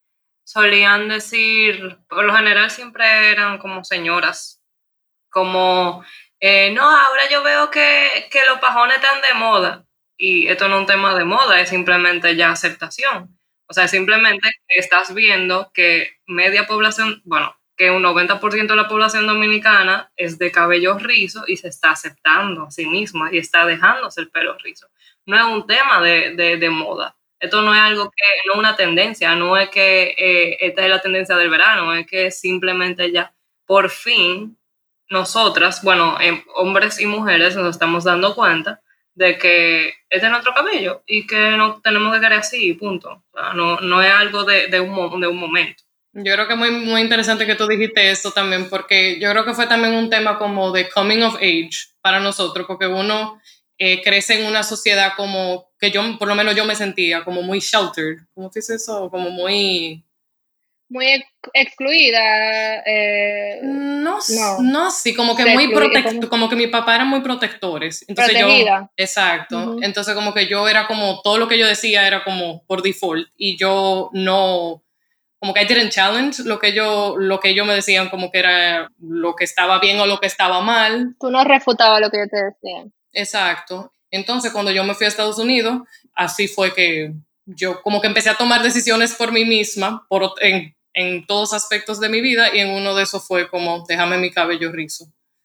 solían decir, por lo general siempre eran como señoras, como, no, ahora yo veo que los pajones están de moda. Y esto no es un tema de moda, es simplemente ya aceptación. O sea, simplemente estás viendo que media población, bueno, que un 90% de la población dominicana es de cabello rizo y se está aceptando a sí misma y está dejándose el pelo rizo. No es un tema de moda. Esto no es algo que, no es una tendencia, no es que esta es la tendencia del verano, es que simplemente ya por fin nosotras, bueno, hombres y mujeres nos estamos dando cuenta de que este es nuestro cabello y que no tenemos que querer así, punto. O sea, no es algo de un momento. Yo creo que es muy, muy interesante que tú dijiste eso también, porque yo creo que fue también un tema como de coming of age para nosotros, porque uno crece en una sociedad como que yo, por lo menos yo me sentía como muy sheltered, ¿cómo se dice eso? Como muy... Muy excluida. No, sí, como que muy como que mi papá era muy protectores. Entonces protegida. Exacto. Entonces como que yo era como, todo lo que yo decía era como por default y yo no, como que I didn't challenge lo que ellos me decían como que era lo que estaba bien o lo que estaba mal. Tú no refutabas lo que yo te decía. Exacto. Entonces cuando yo me fui a Estados Unidos, así fue que yo como que empecé a tomar decisiones por mí misma, en todos aspectos de mi vida, y en uno de esos fue como déjame mi cabello rizo.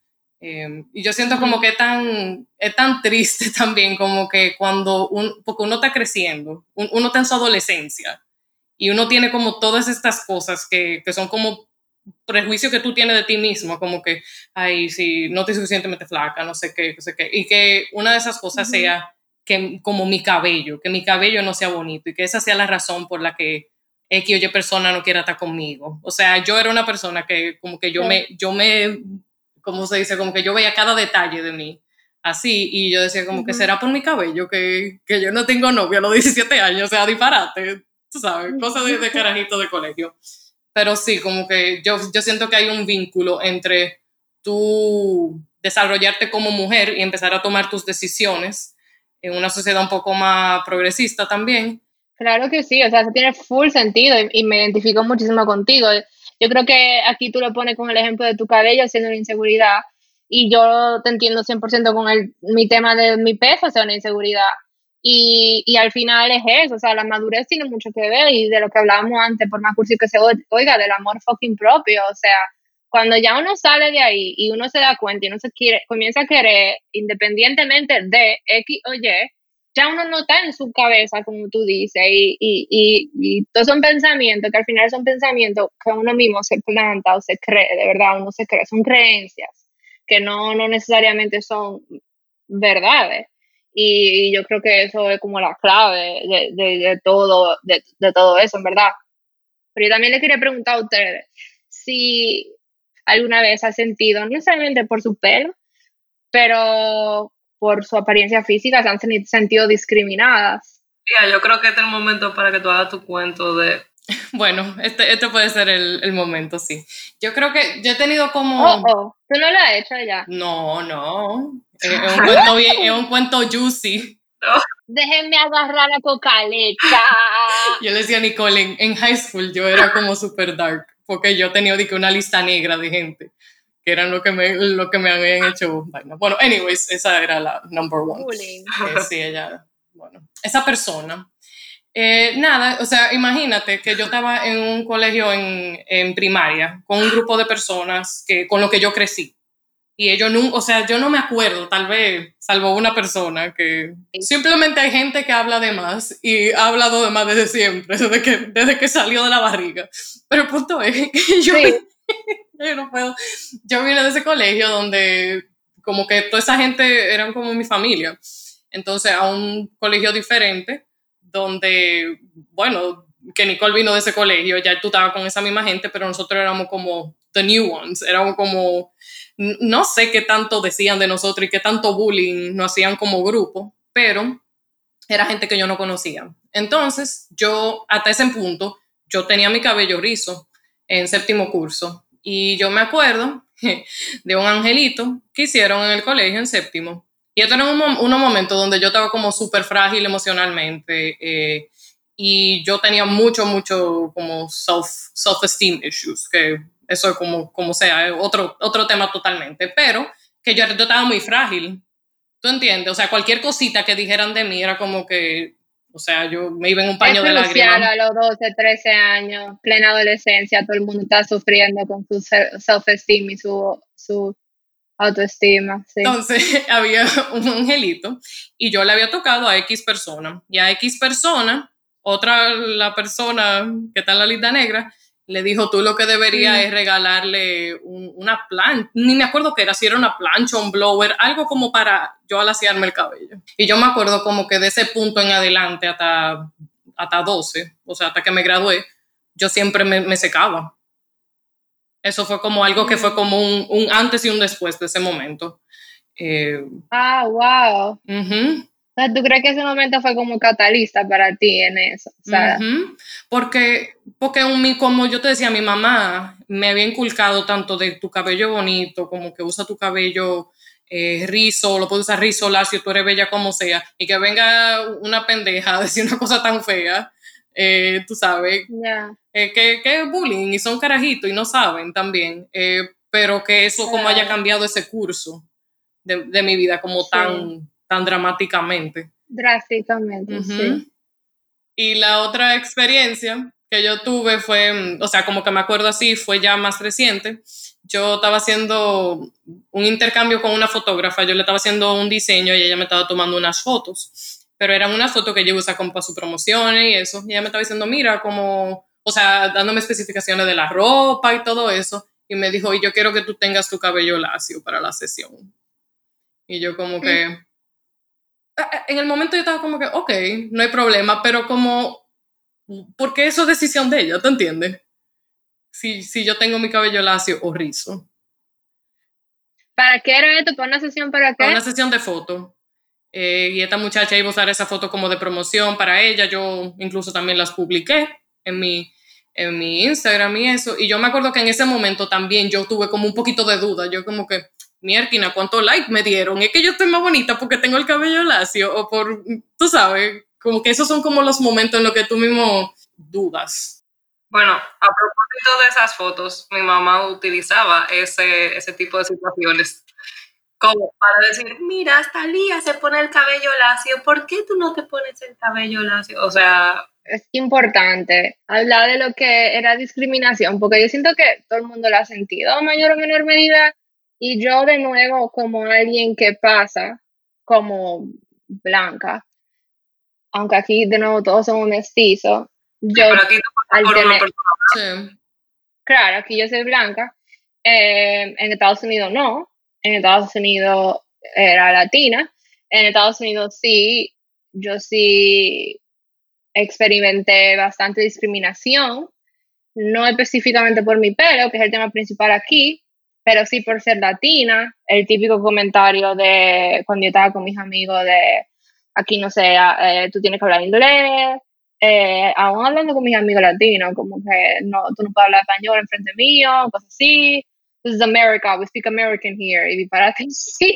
Y yo siento como que es tan triste también como que porque uno está creciendo, uno está en su adolescencia y uno tiene como todas estas cosas que son como prejuicios que tú tienes de ti mismo, como que, ay, si no estoy suficientemente flaca, no sé qué, y que una de esas cosas sea que como que mi cabello no sea bonito y que esa sea la razón por la que X o Y persona no quiera estar conmigo. O sea, yo era una persona que como que yo me, ¿cómo se dice? Como que yo veía cada detalle de mí así y yo decía como que será por mi cabello que yo no tengo novio a los 17 años, o sea, disparate, tú sabes, cosas de carajito de colegio. Pero sí, como que yo siento que hay un vínculo entre tú desarrollarte como mujer y empezar a tomar tus decisiones en una sociedad un poco más progresista también. Claro que sí, o sea, eso tiene full sentido y me identifico muchísimo contigo. Yo creo que aquí tú lo pones con el ejemplo de tu cabello siendo una inseguridad y yo te entiendo 100% con mi tema de mi peso ser una inseguridad. Y al final es eso, o sea, la madurez tiene mucho que ver y de lo que hablábamos antes, por más cursi que se oiga, del amor fucking propio, o sea, cuando ya uno sale de ahí y uno se da cuenta y uno comienza a querer independientemente de X o Y, ya uno no está en su cabeza, como tú dices, y todos son pensamientos que al final son pensamientos que uno mismo se planta o se cree, de verdad, uno se cree, son creencias que no necesariamente son verdades. Y yo creo que eso es como la clave de todo eso, en verdad. Pero yo también le quería preguntar a ustedes si alguna vez ha sentido, no necesariamente por su pelo, pero por su apariencia física se han sentido discriminadas. Yo creo que este es el momento para que tú hagas tu cuento de... Bueno, este puede ser el momento, sí. Yo creo que yo he tenido como... ¿Tú no lo has hecho ya? No. Es un cuento juicy. No. Déjenme agarrar la cocalecha. Yo le decía a Nicole, en high school yo era como super dark, porque yo tenía una lista negra de gente que eran lo que me habían hecho vaina. Bueno, anyways, esa era la number one. Sí, ella, bueno, esa persona. Nada, o sea, imagínate que yo estaba en un colegio en primaria con un grupo de personas con lo que yo crecí. Y ellos o sea, yo no me acuerdo, tal vez, salvo una persona que simplemente hay gente que habla de más y ha hablado de más desde siempre, desde que salió de la barriga. Pero el punto es que yo no puedo. Yo vine de ese colegio donde como que toda esa gente eran como mi familia. Entonces a un colegio diferente donde, bueno, que Nicole vino de ese colegio, ya tú estabas con esa misma gente, pero nosotros éramos como the new ones, éramos como, no sé qué tanto decían de nosotros y qué tanto bullying nos hacían como grupo, pero era gente que yo no conocía. Entonces, yo, hasta ese punto, yo tenía mi cabello rizo en séptimo curso y yo me acuerdo de un angelito que hicieron en el colegio en séptimo. Y esto era unos momentos donde yo estaba como súper frágil emocionalmente y yo tenía mucho como self-esteem issues, que eso es como sea, es otro tema totalmente, pero que yo estaba muy frágil, ¿tú entiendes? O sea, cualquier cosita que dijeran de mí era como que, o sea, yo me iba en un paño de lágrimas. A los 12, 13 años, plena adolescencia, todo el mundo está sufriendo con su self-esteem y su autoestima. Sí. Entonces había un angelito y yo le había tocado a X persona y a X persona, la persona que está en la lista negra, le dijo, tú lo que deberías es regalarle una plancha, ni me acuerdo qué era, si era una plancha o un blower, algo como para yo alaciarme el cabello. Y yo me acuerdo como que de ese punto en adelante hasta 12, o sea, hasta que me gradué, yo siempre me secaba. Eso fue como algo que fue como un antes y un después de ese momento. Wow. Uh-huh. O sea, ¿tú crees que ese momento fue como catalista para ti en eso? O sea, Porque como yo te decía, mi mamá me había inculcado tanto de tu cabello bonito, como que usa tu cabello rizo, lo puedes usar rizo, lacio, tú eres bella como sea, y que venga una pendeja a decir una cosa tan fea, tú sabes, que es bullying y son carajitos y no saben también, pero que eso como haya cambiado ese curso de mi vida como tan dramáticamente. Drásticamente, sí. Y la otra experiencia que yo tuve fue, o sea, como que me acuerdo así, fue ya más reciente. Yo estaba haciendo un intercambio con una fotógrafa, yo le estaba haciendo un diseño y ella me estaba tomando unas fotos, pero eran unas fotos que ella usa como para sus promociones y eso, y ella me estaba diciendo, mira, como, o sea, dándome especificaciones de la ropa y todo eso, y me dijo, y yo quiero que tú tengas tu cabello lacio para la sesión. Y yo como que, en el momento yo estaba como que, ok, no hay problema, pero como, porque eso es decisión de ella, ¿te entiendes? Si yo tengo mi cabello lacio o rizo. ¿Para qué era esto? ¿Para una sesión para qué? Para una sesión de fotos. Y esta muchacha iba a usar esa foto como de promoción para ella. Yo incluso también las publiqué en mi Instagram y eso. Y yo me acuerdo que en ese momento también yo tuve como un poquito de duda. Yo como que, mierda, ¿cuántos likes me dieron? ¿Es que yo estoy más bonita porque tengo el cabello lacio? O por, tú sabes, como que esos son como los momentos en los que tú mismo dudas. Bueno, a propósito de esas fotos, mi mamá utilizaba ese tipo de situaciones como para decir, mira, hasta Lía se pone el cabello lacio, ¿por qué tú no te pones el cabello lacio? O sea... Es importante hablar de lo que era discriminación, porque yo siento que todo el mundo lo ha sentido a mayor o menor medida, y yo de nuevo como alguien que pasa como blanca, aunque aquí de nuevo todos somos mestizos, yo pero aquí al por tener, una persona. Sí. claro, aquí yo soy blanca, en Estados Unidos no, en Estados Unidos era latina, en Estados Unidos sí, yo sí experimenté bastante discriminación, no específicamente por mi pelo, que es el tema principal aquí, pero sí por ser latina, el típico comentario de cuando yo estaba con mis amigos de aquí no sé, tú tienes que hablar inglés, aún hablando con mis amigos latinos, como que no, tú no puedes hablar español enfrente mío, cosas así. This is America, we speak American here, y disparate, sí.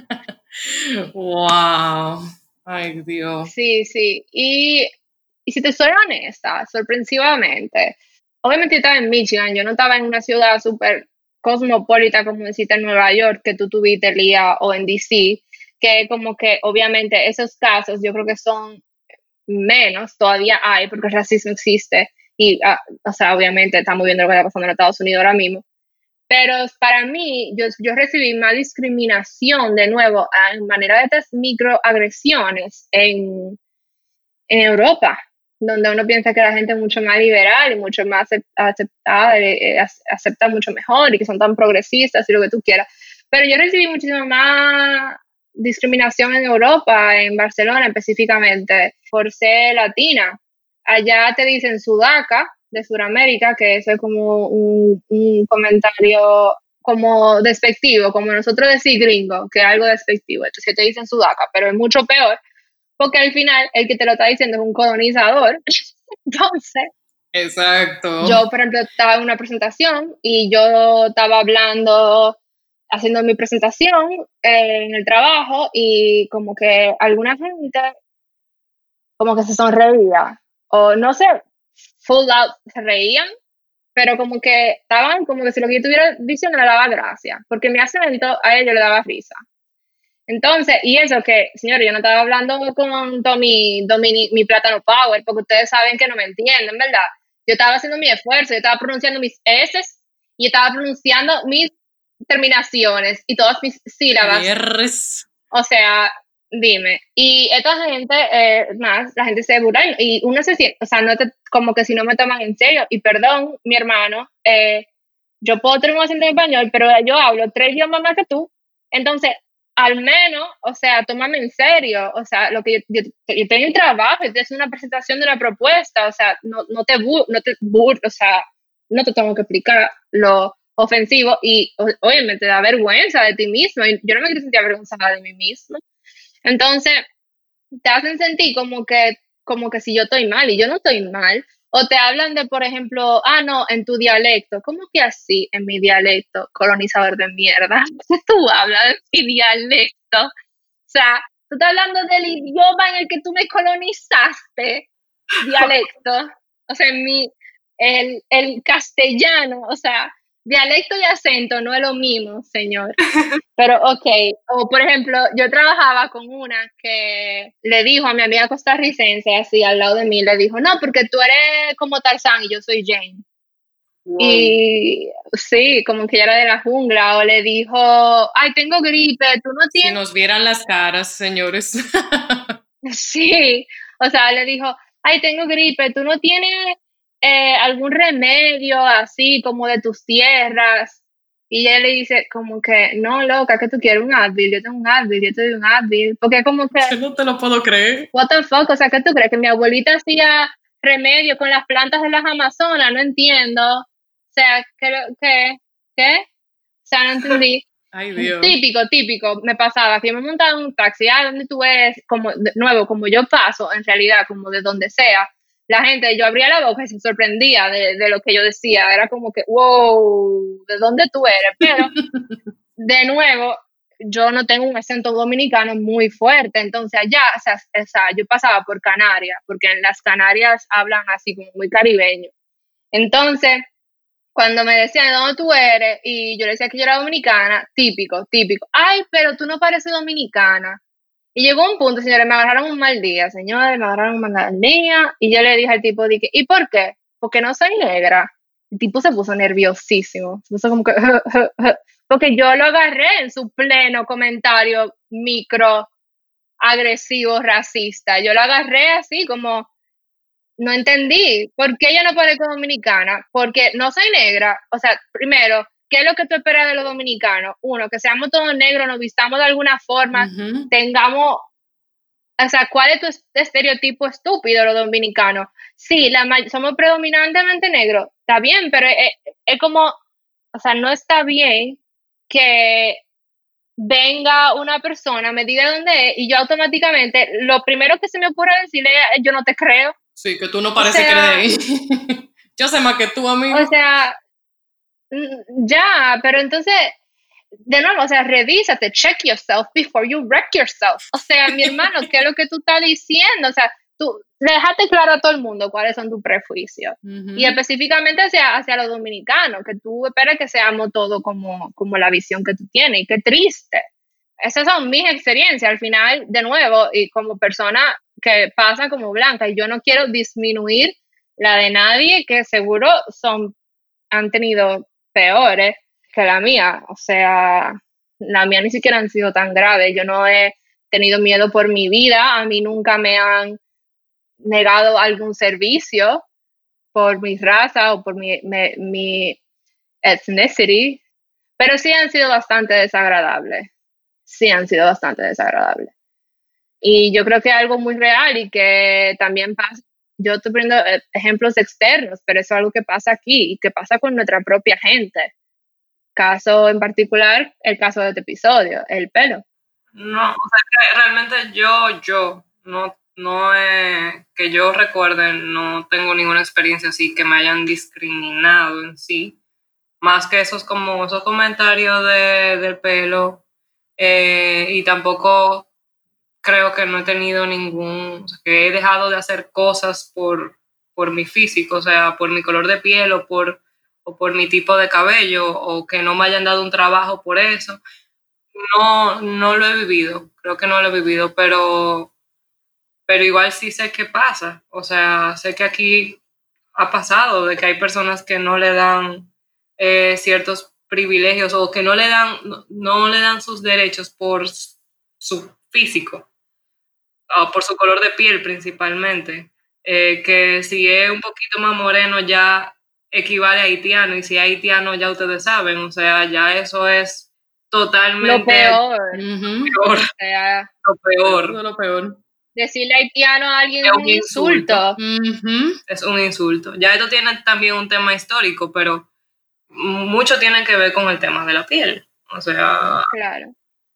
Wow. Ay, Dios. Sí. Y si te soy honesta, sorpresivamente, obviamente yo estaba en Michigan, yo no estaba en una ciudad súper cosmopolita como deciste en Nueva York, que tú tuviste, Lía, o en DC, que como que obviamente esos casos yo creo que son menos, todavía hay, porque el racismo existe, y o sea, obviamente estamos viendo lo que está pasando en Estados Unidos ahora mismo, pero para mí, yo recibí más discriminación de nuevo en manera de estas microagresiones en Europa, donde uno piensa que la gente es mucho más liberal y mucho más aceptada, acepta mucho mejor y que son tan progresistas y lo que tú quieras. Pero yo recibí muchísima más discriminación en Europa, en Barcelona específicamente, por ser latina. Allá te dicen sudaca de Sudamérica, que eso es como un comentario como despectivo, como nosotros decir gringo, que es algo despectivo. Entonces te dicen sudaca, pero es mucho peor porque al final el que te lo está diciendo es un colonizador. Entonces, exacto. Yo, por ejemplo, estaba en una presentación y yo estaba haciendo mi presentación en el trabajo y como que alguna gente como que se sonreía o no sé, full out se reían, pero como que estaban como que si lo que yo estuviera diciendo le daba gracia, porque mi acento a ellos le daba risa. Entonces, y eso que, señores, yo no estaba hablando con todo mi plátano power, porque ustedes saben que no me entienden, ¿verdad? Yo estaba haciendo mi esfuerzo, yo estaba pronunciando mis S y estaba pronunciando mis terminaciones y todas mis sílabas. Viernes. O sea, dime. Y esta gente, más, la gente se burla y uno se siente, o sea, no te, como que si no me toman en serio. Y perdón, mi hermano, yo puedo tener un acento en español, pero yo hablo 3 idiomas más que tú. Entonces, al menos, o sea, tómame en serio. O sea, lo que yo tengo un trabajo, es una presentación de una propuesta. O sea, no te o sea, no te tengo que explicar lo ofensivo y, oye, me te da vergüenza de ti mismo. Y yo no me quiero sentir avergonzada de mí misma. Entonces, te hacen sentir como que si yo estoy mal y yo no estoy mal. O te hablan de, por ejemplo, no, en tu dialecto. ¿Cómo que así en mi dialecto, colonizador de mierda? ¿Qué tú hablas de mi dialecto? O sea, tú estás hablando del idioma en el que tú me colonizaste, dialecto. O sea, el castellano, o sea, dialecto y acento no es lo mismo, señor. Pero, ok, o por ejemplo, yo trabajaba con una que le dijo a mi amiga costarricense, así al lado de mí, le dijo, no, porque tú eres como Tarzán y yo soy Jane. Wow. Y sí, como que ella era de la jungla, o le dijo, ay, tengo gripe, tú no Si tienes... nos vieran las caras, señores. Sí, o sea, le dijo, ay, tengo gripe, tú no tienes algún remedio así como de tus tierras. Y ella le dice como que, no, loca, que tú quieres un Advil, yo tengo un Advil, yo te doy un Advil. Porque como que, Yo no te lo puedo creer. what the fuck, o sea, ¿qué tú crees? Que mi abuelita hacía remedio con las plantas de las Amazonas, no entiendo. O sea, ¿qué? O sea, no entendí. Ay, Dios. Típico, me pasaba que yo me montaba en un taxi, donde tú eres, como de nuevo, como yo paso, en realidad, como de donde sea, la gente, yo abría la boca y se sorprendía de lo que yo decía, era como que, wow, ¿de dónde tú eres? Pero, de nuevo, yo no tengo un acento dominicano muy fuerte, entonces allá, o sea, yo pasaba por Canarias, porque en las Canarias hablan así como muy caribeño. Entonces, cuando me decían de dónde tú eres y yo le decía que yo era dominicana, típico. Ay, pero tú no pareces dominicana. Y llegó un punto, señores, me agarraron un mal día, señores, me agarraron un mal día. Y yo le dije al tipo, dije, ¿y por qué? Porque no soy negra. El tipo se puso nerviosísimo. Se puso como que, porque yo lo agarré en su pleno comentario micro, agresivo, racista. Yo lo agarré así como no entendí. ¿Por qué yo no parezco dominicana? Porque no soy negra. O sea, primero, ¿qué es lo que tú esperas de los dominicanos? Uno, que seamos todos negros, nos vistamos de alguna forma, tengamos, o sea, ¿cuál es tu estereotipo estúpido de los dominicanos? Sí, somos predominantemente negros, está bien, pero es como, o sea, no está bien que venga una persona, me diga dónde es, y yo automáticamente, lo primero que se me ocurre decirle es, yo no te creo. Sí, que tú no pareces que eres de ahí. Yo sé más que tú, amigo. O sea, ya, pero entonces, de nuevo, o sea, revísate, check yourself before you wreck yourself. O sea, mi hermano, ¿qué es lo que tú estás diciendo? O sea, tú, déjate claro a todo el mundo cuáles son tus prejuicios. Y específicamente hacia los dominicanos, que tú esperas que seamos todos como la visión que tú tienes. Y qué triste. Esas son mis experiencias. Al final, de nuevo, y como persona que pasa como blanca, y yo no quiero disminuir la de nadie, que seguro han tenido peores que la mía. O sea, la mía ni siquiera han sido tan graves. Yo no he tenido miedo por mi vida. A mí nunca me han negado algún servicio por mi raza o por mi ethnicity, pero sí han sido bastante desagradables. Sí han sido bastante desagradables. Y yo creo que es algo muy real y que también pasa. Yo estoy poniendo ejemplos externos, pero eso es algo que pasa aquí y que pasa con nuestra propia gente. Caso en particular, el caso de este episodio, el pelo. No, o sea que realmente no que yo recuerde, no tengo ninguna experiencia así que me hayan discriminado en sí, más que esos comentarios del pelo, y tampoco creo que no he tenido o sea, que he dejado de hacer cosas por mi físico, o sea, por mi color de piel o por mi tipo de cabello, o que no me hayan dado un trabajo por eso. No lo he vivido, creo que no lo he vivido, pero igual sí sé qué pasa. O sea, sé que aquí ha pasado de que hay personas que no le dan ciertos privilegios o que no le dan sus derechos por su físico o por su color de piel principalmente. Que si es un poquito más moreno ya equivale a haitiano, y si es haitiano ya ustedes saben, o sea, ya eso es totalmente Lo peor. peor, O sea, lo peor. Eso es lo peor. decirle haitiano a alguien Es es un un insulto. Es un insulto. Ya esto tiene también un tema histórico, pero mucho tiene que ver con el tema de la piel. O sea, Claro.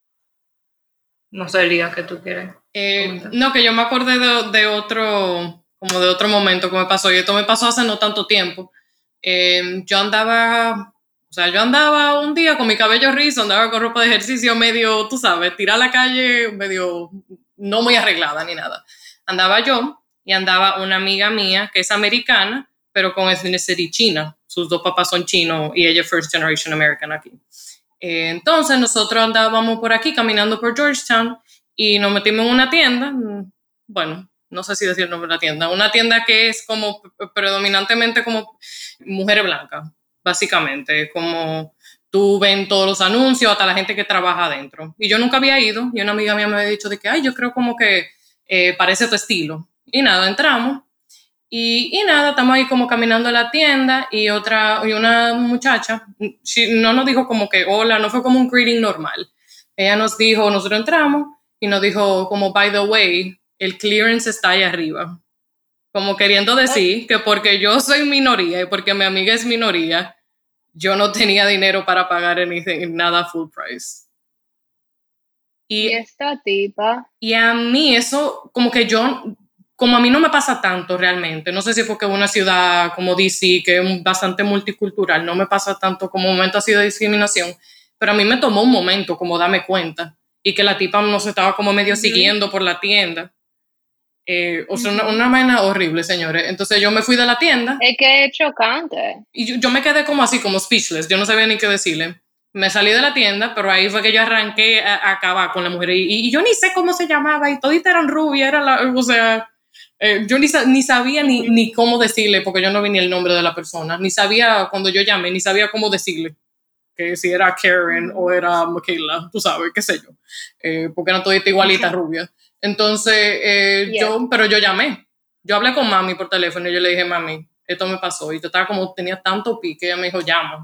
no sería que tú quieres. No, que yo me acordé de otro momento que me pasó, y esto me pasó hace no tanto tiempo. Yo andaba un día con mi cabello rizo, andaba con ropa de ejercicio medio, tú sabes, tirar a la calle, medio no muy arreglada ni nada. Andaba yo y andaba una amiga mía que es americana, pero con ethnicity china. Sus dos papás son chinos y ella es first generation American aquí. Entonces nosotros andábamos por aquí caminando por Georgetown y nos metimos en una tienda, bueno, no sé si decir el nombre de la tienda, una tienda que es como predominantemente como mujeres blancas, básicamente, como tú ven todos los anuncios, hasta la gente que trabaja adentro. Y yo nunca había ido, y una amiga mía me había dicho de que, ay, yo creo como que parece tu estilo. Y nada, entramos. Y nada, estamos ahí como caminando a la tienda y una muchacha, no nos dijo como que hola, no fue como un greeting normal. Ella nos dijo, nosotros entramos y nos dijo como, by the way, el clearance está ahí arriba. Como queriendo decir que porque yo soy minoría y porque mi amiga es minoría, yo no tenía dinero para pagar nada full price. Y esta tipa. Y a mí eso, como a mí no me pasa tanto realmente, no sé si es porque es una ciudad como DC, que es bastante multicultural, no me pasa tanto como momento así de discriminación, pero a mí me tomó un momento como darme cuenta y que la tipa no se estaba como medio siguiendo por la tienda. O sea, una vaina horrible, señores. Entonces yo me fui de la tienda. Es que es chocante. Y yo me quedé como así, como speechless, yo no sabía ni qué decirle. Me salí de la tienda, pero ahí fue que yo arranqué a acabar con la mujer. Y yo ni sé cómo se llamaba, y todita eran rubias, o sea, yo ni sabía ni cómo decirle, porque yo no vi ni el nombre de la persona, ni sabía cuando yo llamé, ni sabía cómo decirle, que si era Karen o era Michaela, tú sabes, qué sé yo, porque eran todita igualita rubia. Entonces, pero yo llamé, yo hablé con mami por teléfono y yo le dije, mami, esto me pasó, y yo estaba como, tenía tanto pique, ella me dijo, llama.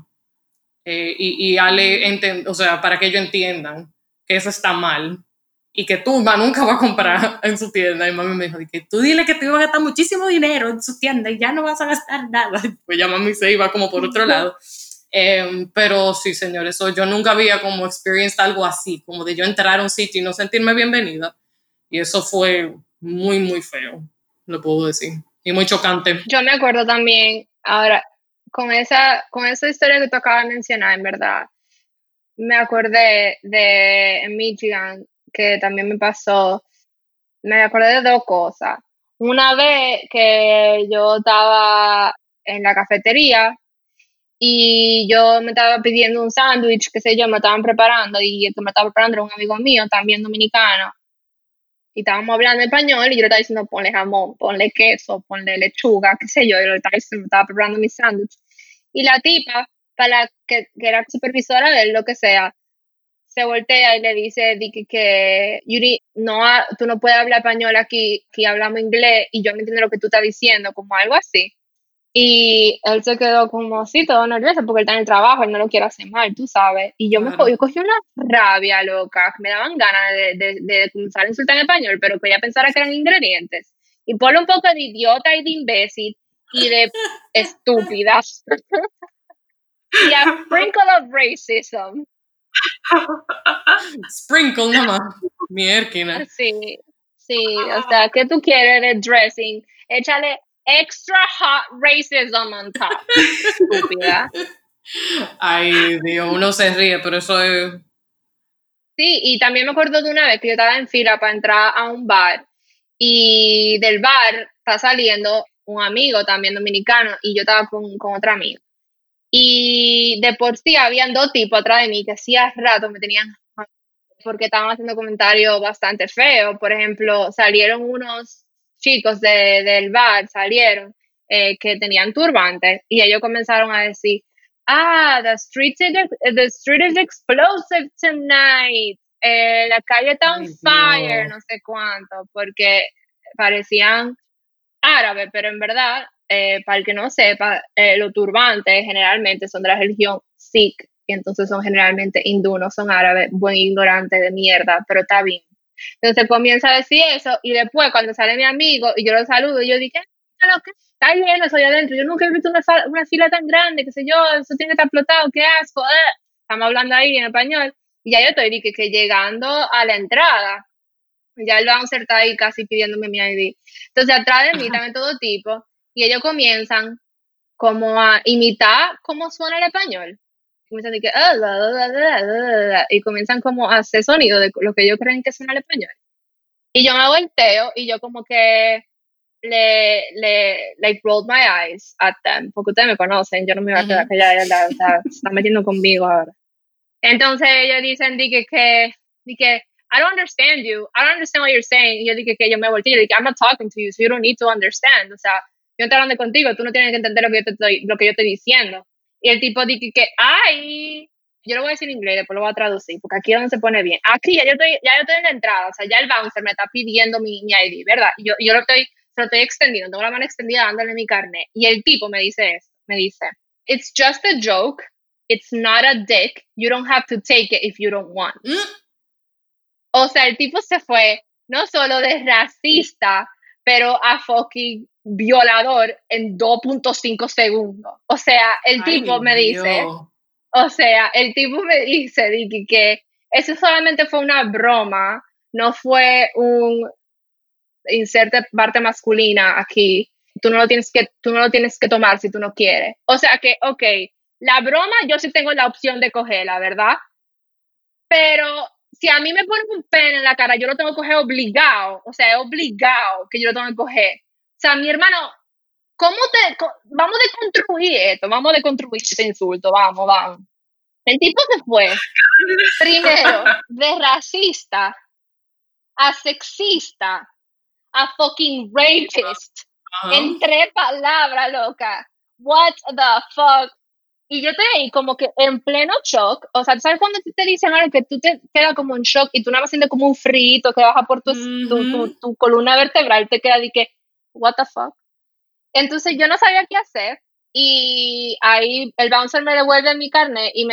Y o sea, para que ellos entiendan que eso está mal y que tú nunca vas a comprar en su tienda. Y mami me dijo que tú dile que te iba a gastar muchísimo dinero en su tienda y ya no vas a gastar nada. Pues ya mami se iba como por otro lado. Pero sí, señores, yo nunca había como experienciado algo así, como de yo entrar a un sitio y no sentirme bienvenida. Y eso fue muy, muy feo, lo puedo decir. Y muy chocante. Yo me acuerdo también, ahora, con esa historia que tú acabas de mencionar, en verdad, me acordé en Michigan, que también me pasó, me acordé de dos cosas. Una vez que yo estaba en la cafetería y yo me estaba pidiendo un sándwich, qué sé yo, me estaban preparando, y el que me estaba preparando era un amigo mío, también dominicano, y estábamos hablando en español y yo le estaba diciendo ponle jamón, ponle queso, ponle lechuga, qué sé yo, y me estaba preparando mi sándwich. Y la tipa, que era supervisora de él, lo que sea, se voltea y le dice que Yuri, no, tú no puedes hablar español aquí hablamos inglés y yo no entiendo lo que tú estás diciendo, como algo así. Y él se quedó como así, todo nervioso, porque él está en el trabajo, él no lo quiere hacer mal, tú sabes. Y yo yo cogí una rabia loca, que me daban ganas de comenzar a insultar en español, pero que ella pensara que eran ingredientes. Y ponle un poco de idiota y de imbécil y de estúpida. Y a sprinkle of racism. Sprinkle nomás. Mierda. Sí, o sea, ¿qué tú quieres de dressing? Échale extra hot racism on top. Estúpida. Ay, Dios, uno se ríe, pero eso es... Sí, y también me acuerdo de una vez que yo estaba en fila para entrar a un bar y del bar está saliendo un amigo también dominicano y yo estaba con otra amiga. Y de por sí habían dos tipos atrás de mí que hacía rato me tenían, porque estaban haciendo comentarios bastante feos. Por ejemplo, salieron unos chicos del bar, que tenían turbantes y ellos comenzaron a decir, the street is explosive tonight, la calle está on fire, no sé cuánto, porque parecían árabes, pero en verdad, para el que no sepa, los turbantes generalmente son de la religión Sikh, y entonces son generalmente hindú, no son árabes, buen ignorante de mierda, pero está bien. Entonces comienza a decir eso, y después cuando sale mi amigo, y yo lo saludo, y yo dije, lo que está lleno, soy adentro, yo nunca he visto una fila tan grande, qué sé yo, eso tiene que estar explotado, qué asco, estamos hablando ahí en español, y ya yo estoy que llegando a la entrada, ya el bouncer está ahí casi pidiéndome mi ID. Entonces, atrás de mí también todo tipo, y ellos comienzan como a imitar cómo suena el español. Comienzan a decir, y comienzan como a hacer sonido de lo que ellos creen que suena el español. Y yo me volteo y yo como que like rolled my eyes at them, porque ustedes me conocen, yo no me iba a quedar callada, o sea, se están metiendo conmigo ahora. Entonces ellos dicen, que I don't understand you. I don't understand what you're saying. Y yo dije que yo me volteé. Yo dije, I'm not talking to you, so you don't need to understand. O sea, yo estoy hablando contigo, tú no tienes que entender lo que yo estoy diciendo. Y el tipo dije que, ay, yo lo voy a decir en inglés, después lo voy a traducir, porque aquí es donde se pone bien. Aquí ya yo estoy en la entrada, o sea, ya el bouncer me está pidiendo mi ID, ¿verdad? Y yo se lo estoy extendiendo, tengo la mano extendida dándole mi carnet. Y el tipo me dice esto, me dice, it's just a joke, it's not a dick, you don't have to take it if you don't want. O sea, el tipo se fue no solo de racista, pero a fucking violador en 2.5 segundos. O sea, el tipo me dice que eso solamente fue una broma, no fue un inserte parte masculina aquí. Tú no lo tienes que tomar si tú no quieres. O sea que, ok, la broma yo sí tengo la opción de cogerla, ¿verdad? Pero si a mí me ponen un pen en la cara, yo lo tengo que coger obligado. O sea, es obligado que yo lo tengo que coger. O sea, mi hermano, vamos a deconstruir esto, vamos a deconstruir este insulto, vamos. El tipo se fue, primero, de racista a sexista a fucking rapist. En 3 palabras, loca. What the fuck? Y yo estoy ahí como que en pleno shock. O sea, ¿sabes cuando te dicen algo que tú te quedas como en shock y tú nada más sientes como un frito que baja por tu columna vertebral? Te queda de que, what the fuck? Entonces yo no sabía qué hacer. Y ahí el bouncer me devuelve mi carnet y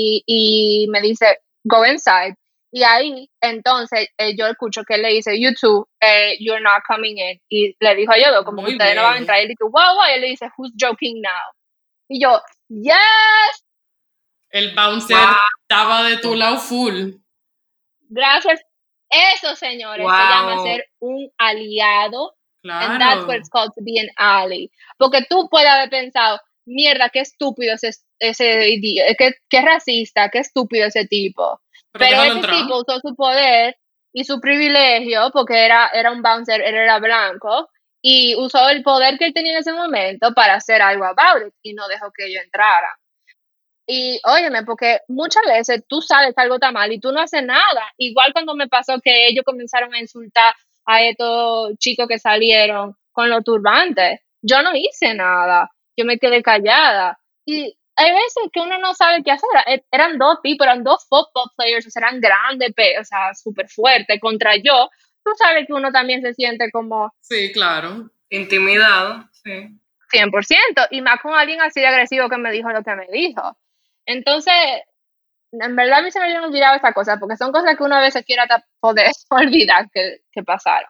me dice, go inside. Y ahí, entonces, yo escucho que él le dice, you two, you're not coming in. Y le dijo a Yodo, como que ustedes no van a entrar. Y él dice, wow. Y él le dice, who's joking now? Y yo, yes. El bouncer estaba de tu lado full. Gracias. Eso, señores, se llama ser un aliado. Claro. And that's what it's called to be an ally. Porque tú puedes haber pensado, mierda, qué estúpido ese idiota, qué racista, qué estúpido ese tipo. Pero ese tipo usó su poder y su privilegio, porque era un bouncer, él era blanco, y usó el poder que él tenía en ese momento para hacer algo about it, y no dejó que yo entrara. Y óyeme, porque muchas veces tú sabes que algo está mal y tú no haces nada. Igual cuando me pasó que ellos comenzaron a insultar a estos chicos que salieron con los turbantes. Yo no hice nada, yo me quedé callada. Y hay veces que uno no sabe qué hacer. Eran 2 tipos, eran 2 football players, o sea, eran grandes, o sea, súper fuertes contra yo. Tú sabes que uno también se siente como... Sí, claro. Intimidado, sí. 100%, y más con alguien así de agresivo que me dijo lo que me dijo. Entonces, en verdad a mí se me habían olvidado estas cosas, porque son cosas que uno a veces quiere hasta poder olvidar que pasaron.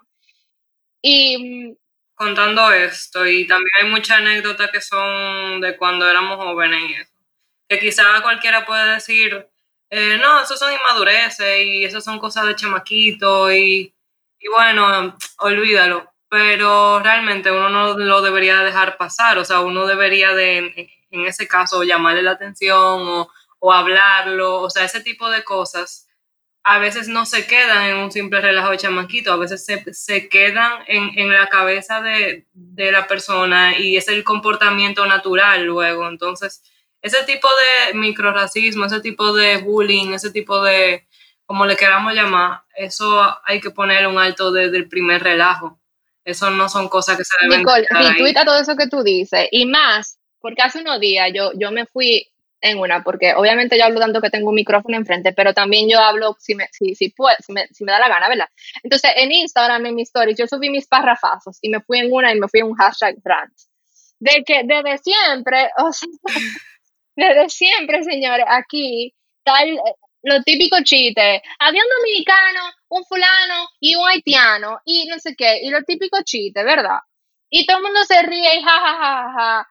Y contando esto, y también hay muchas anécdotas que son de cuando éramos jóvenes y eso, que quizá cualquiera puede decir, no, eso son inmadureces y eso son cosas de chamaquito y bueno, olvídalo, pero realmente uno no lo debería dejar pasar, o sea, uno debería en ese caso llamarle la atención o hablarlo, o sea, ese tipo de cosas a veces no se quedan en un simple relajo de chamaquito, a veces se quedan en la cabeza de la persona y es el comportamiento natural luego. Entonces, ese tipo de microracismo, ese tipo de bullying, ese tipo de, como le queramos llamar, eso hay que ponerle un alto desde el primer relajo. Eso no son cosas que se deben Nicole, quedar ahí. retuita todo eso que tú dices, y más, porque hace unos días yo me fui en una, porque obviamente yo hablo tanto que tengo un micrófono enfrente, pero también yo hablo si me da la gana, ¿verdad? Entonces, en Instagram, en mis stories, yo subí mis parrafazos, y me fui en una, y me fui en un hashtag trans. De que desde siempre, o sea, desde siempre, señores, aquí tal lo típico chiste. Había un dominicano, un fulano y un haitiano y no sé qué, y lo típico chiste, ¿verdad? Y todo el mundo se ríe y ja,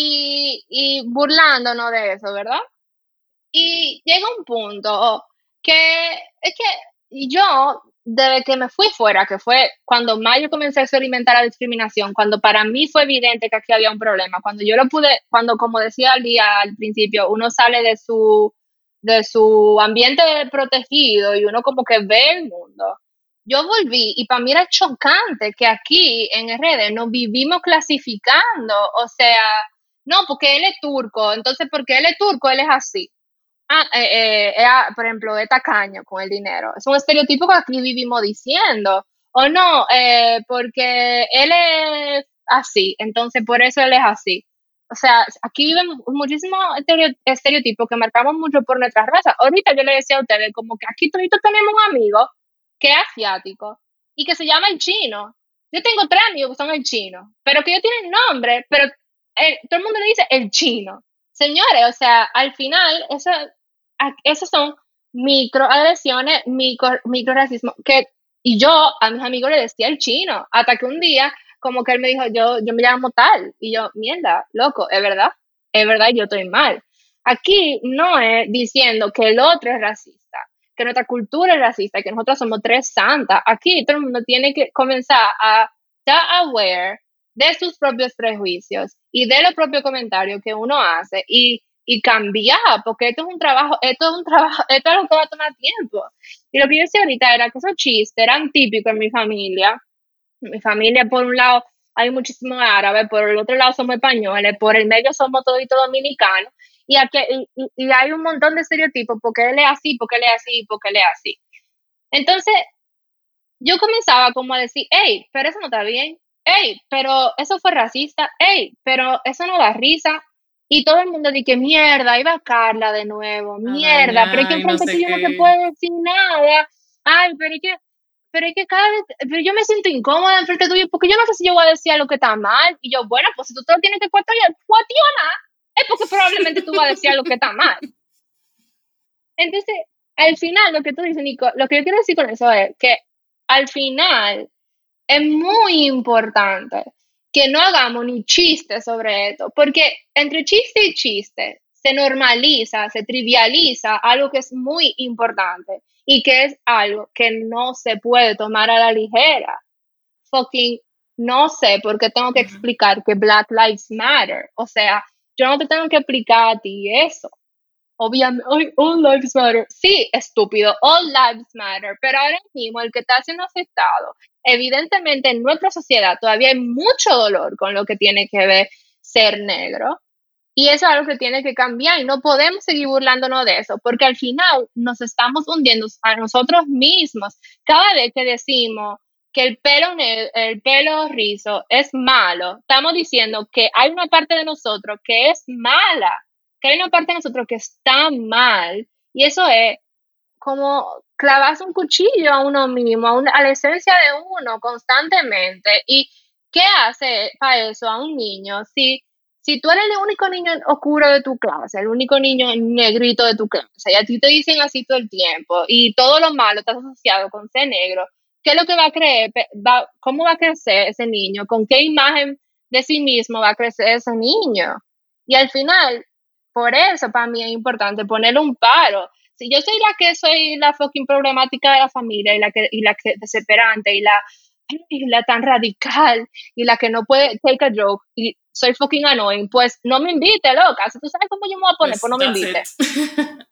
y burlándonos de eso, ¿verdad? Y llega un punto que es que yo, desde que me fui fuera, que fue cuando más yo comencé a experimentar la discriminación, cuando para mí fue evidente que aquí había un problema, cuando yo lo pude, cuando como decía al día al principio, uno sale de su ambiente protegido y uno como que ve el mundo. Yo volví y para mí era chocante que aquí en RD nos vivimos clasificando, o sea, no, porque él es turco, entonces porque él es turco, él es así. Por ejemplo, es tacaño con el dinero. Es un estereotipo que aquí vivimos diciendo. O no, porque él es así, entonces por eso él es así. O sea, aquí viven muchísimos estereotipos que marcamos mucho por nuestra raza. Ahorita yo le decía a ustedes como que aquí todos tenemos un amigo que es asiático y que se llama el chino. Yo tengo 3 amigos que son el chino, pero que ellos tienen nombre, pero todo el mundo le dice el chino. Señores, o sea, al final, esas son microagresiones, microracismo, y yo a mis amigos les decía el chino, hasta que un día, como que él me dijo, yo me llamo tal, y yo, mierda, loco, es verdad, yo estoy mal. Aquí no es diciendo que el otro es racista, que nuestra cultura es racista, que nosotros somos 3 santas. Aquí todo el mundo tiene que comenzar a estar aware de sus propios prejuicios y de los propios comentarios que uno hace y cambiar, porque esto es un trabajo, esto es algo que va a tomar tiempo. Y lo que yo decía ahorita era que esos chistes eran típicos en mi familia. En mi familia, por un lado, hay muchísimos árabes, por el otro lado somos españoles, por el medio somos toditos dominicanos, y, aquí, y hay un montón de estereotipos, porque él es así, porque él es así, porque él es así. Entonces, yo comenzaba como a decir, hey, pero eso no está bien, hey, pero eso fue racista, hey, pero eso no da risa. Y todo el mundo dice, mierda, iba Carla de nuevo, mierda, pero es que enfrente tuyo no se puede decir nada. Ay, pero es que cada vez, pero yo me siento incómoda enfrente tuyo, porque yo no sé si yo voy a decir algo que está mal. Y yo, bueno, pues si tú te lo tienes que cuestionar, es porque probablemente tú vas a decir algo que está mal. Entonces, al final, lo que tú dices, Nico, lo que yo quiero decir con eso es que al final es muy importante que no hagamos ni chistes sobre esto, porque entre chiste y chiste se normaliza, se trivializa algo que es muy importante y que es algo que no se puede tomar a la ligera. Fucking no sé por qué tengo que explicar que Black Lives Matter. O sea, yo no te tengo que explicar a ti eso. Obviamente, all lives matter. Sí, estúpido, all lives matter. Pero ahora mismo el que está siendo afectado, evidentemente en nuestra sociedad todavía hay mucho dolor con lo que tiene que ver ser negro. Y eso es algo que tiene que cambiar y no podemos seguir burlándonos de eso, porque al final nos estamos hundiendo a nosotros mismos. Cada vez que decimos que el pelo rizo es malo, estamos diciendo que hay una parte de nosotros que es mala, que hay una parte de nosotros que está mal, y eso es como clavarse un cuchillo a uno mismo, a la esencia de uno constantemente. ¿Y qué hace para eso a un niño? Si tú eres el único niño oscuro de tu clase, el único niño negrito de tu clase, y a ti te dicen así todo el tiempo, y todo lo malo está asociado con ser negro, ¿qué es lo que va a creer? ¿Cómo va a crecer ese niño? ¿Con qué imagen de sí mismo va a crecer ese niño? Y al final, por eso para mí es importante ponerle un paro. Si yo soy la fucking problemática de la familia y la que desesperante y la tan radical y la que no puede take a joke y soy fucking annoying, pues no me invite, loca. Si tú sabes cómo yo me voy a poner, pues no me invite.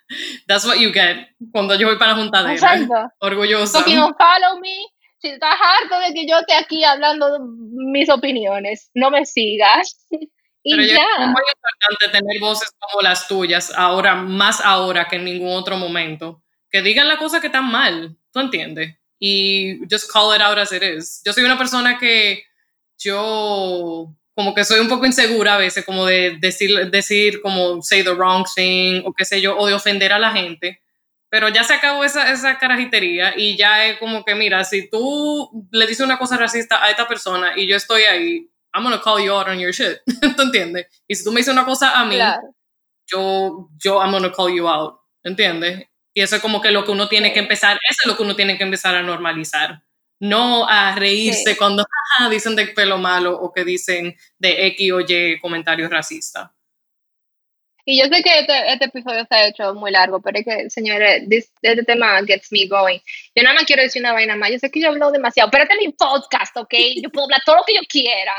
That's what you get cuando yo voy para la juntadera. Exacto. Orgullosa. Fucking unfollow me. Si estás harto de que yo esté aquí hablando de mis opiniones, no me sigas. Y Pero ya. Es muy importante tener voces como las tuyas, ahora, más ahora que en ningún otro momento. Que digan las cosas que están mal, ¿tú entiendes? Y just call it out as it is. Yo soy una persona que yo como que soy un poco insegura a veces, como de decir como say the wrong thing o qué sé yo, o de ofender a la gente. Pero ya se acabó esa carajitería y ya es como que, mira, si tú le dices una cosa racista a esta persona y yo estoy ahí, I'm gonna call you out on your shit. ¿Tú entiendes? Y si tú me dices una cosa a mí, Claro. yo I'm gonna call you out. ¿Entiendes? Y eso es como que lo que uno tiene que empezar, eso es lo que uno tiene que empezar a normalizar. No a reírse cuando dicen de pelo malo o que dicen de X o Y comentarios racistas. Y yo sé que este episodio se ha hecho muy largo, pero es que, señores, este tema gets me going. Yo nada más quiero decir una vaina más. Yo sé que yo hablo demasiado, pero este es mi podcast, ¿ok? Yo puedo hablar todo lo que yo quiera.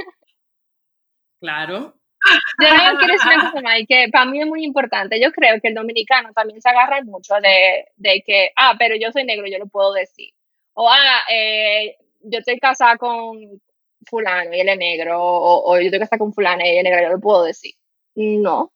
Claro. Yo nada más quiero decir una cosa más, y que para mí es muy importante. Yo creo que el dominicano también se agarra mucho de que, pero yo soy negro, yo lo puedo decir. O, yo estoy casada con fulano y él es negro, o yo estoy casada con fulana y ella es negra, yo lo puedo decir. No.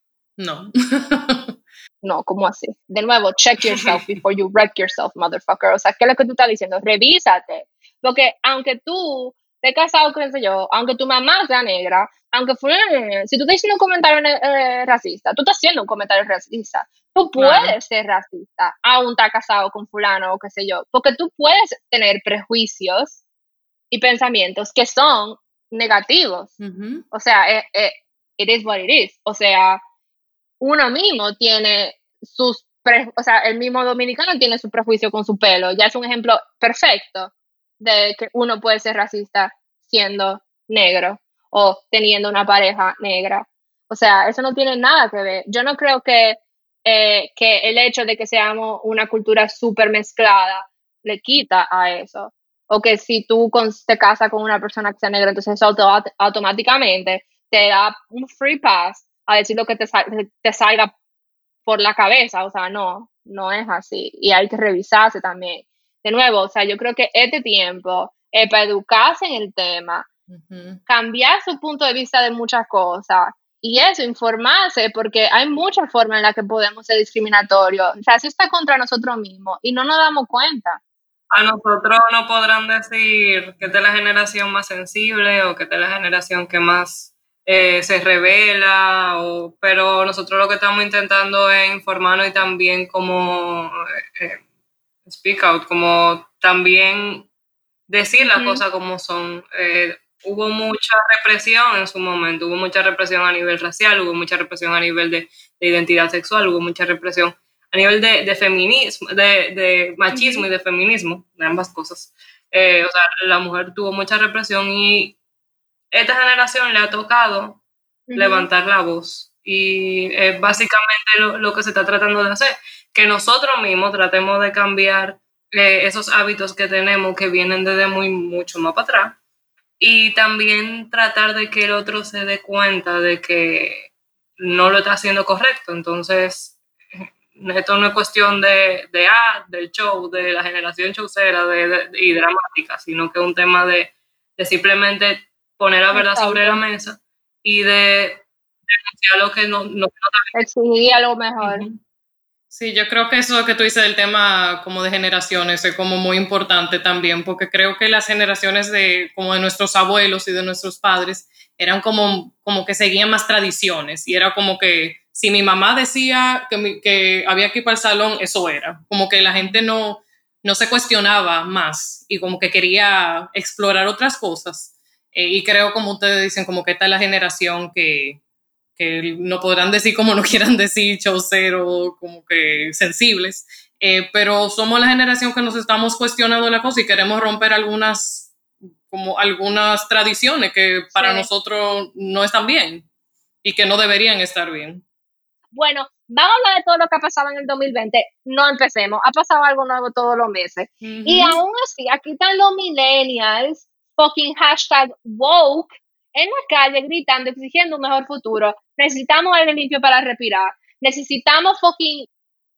No, ¿cómo así? De nuevo, check yourself before you wreck yourself, motherfucker. O sea, ¿qué es lo que tú estás diciendo? Revísate. Porque aunque tú estés casado con ese yo, aunque tu mamá sea negra, aunque si tú estás haciendo un comentario racista, tú estás haciendo un comentario racista. Tú puedes ser racista, aún estás casado con fulano o qué sé yo. Porque tú puedes tener prejuicios y pensamientos que son negativos. Uh-huh. O sea, it is what it is. O sea, uno mismo tiene o sea, el mismo dominicano tiene su prejuicio con su pelo. Ya es un ejemplo perfecto de que uno puede ser racista siendo negro o teniendo una pareja negra. O sea, eso no tiene nada que ver. Yo no creo que el hecho de que seamos una cultura súper mezclada le quita a eso. O que si tú te casas con una persona que sea negra, entonces eso automáticamente te da un free pass a decir lo que te salga por la cabeza. O sea, no es así. Y hay que revisarse también. De nuevo, o sea, yo creo que este tiempo es para educarse en el tema, cambiar su punto de vista de muchas cosas y eso, informarse, porque hay muchas formas en las que podemos ser discriminatorios. O sea, eso está contra nosotros mismos y no nos damos cuenta. A nosotros no podrán decir que esta es la generación más sensible o que esta es la generación que más se revela, pero nosotros lo que estamos intentando es informarnos y también como speak out, como también decir las cosas como son. Hubo mucha represión en su momento, hubo mucha represión a nivel racial, hubo mucha represión a nivel de identidad sexual, hubo mucha represión a nivel de feminismo, de machismo y de feminismo, de ambas cosas. O sea, la mujer tuvo mucha represión y esta generación le ha tocado levantar la voz y es básicamente lo que se está tratando de hacer, que nosotros mismos tratemos de cambiar esos hábitos que tenemos que vienen desde mucho más para atrás y también tratar de que el otro se dé cuenta de que no lo está haciendo correcto. Entonces, esto no es cuestión del show, de la generación showcera y dramática, sino que es un tema de simplemente poner la verdad sobre la mesa y de denunciar lo que no exigir algo mejor. Sí, yo creo que eso que tú dices del tema como de generaciones es como muy importante también, porque creo que las generaciones como de nuestros abuelos y de nuestros padres eran como que seguían más tradiciones y era como que si mi mamá decía que había que ir para el salón, eso era. Como que la gente no se cuestionaba más y como que quería explorar otras cosas. Y creo, como ustedes dicen, como que esta es la generación que no podrán decir como no quieran decir, chaucero, como que sensibles, pero somos la generación que nos estamos cuestionando la cosa y queremos romper algunas tradiciones que para nosotros no están bien y que no deberían estar bien. Bueno, vamos a hablar de todo lo que ha pasado en el 2020. No empecemos. Ha pasado algo nuevo todos los meses. Y aún así, aquí están los millennials, fucking #woke, en la calle gritando, exigiendo un mejor futuro. Necesitamos aire limpio para respirar. Necesitamos fucking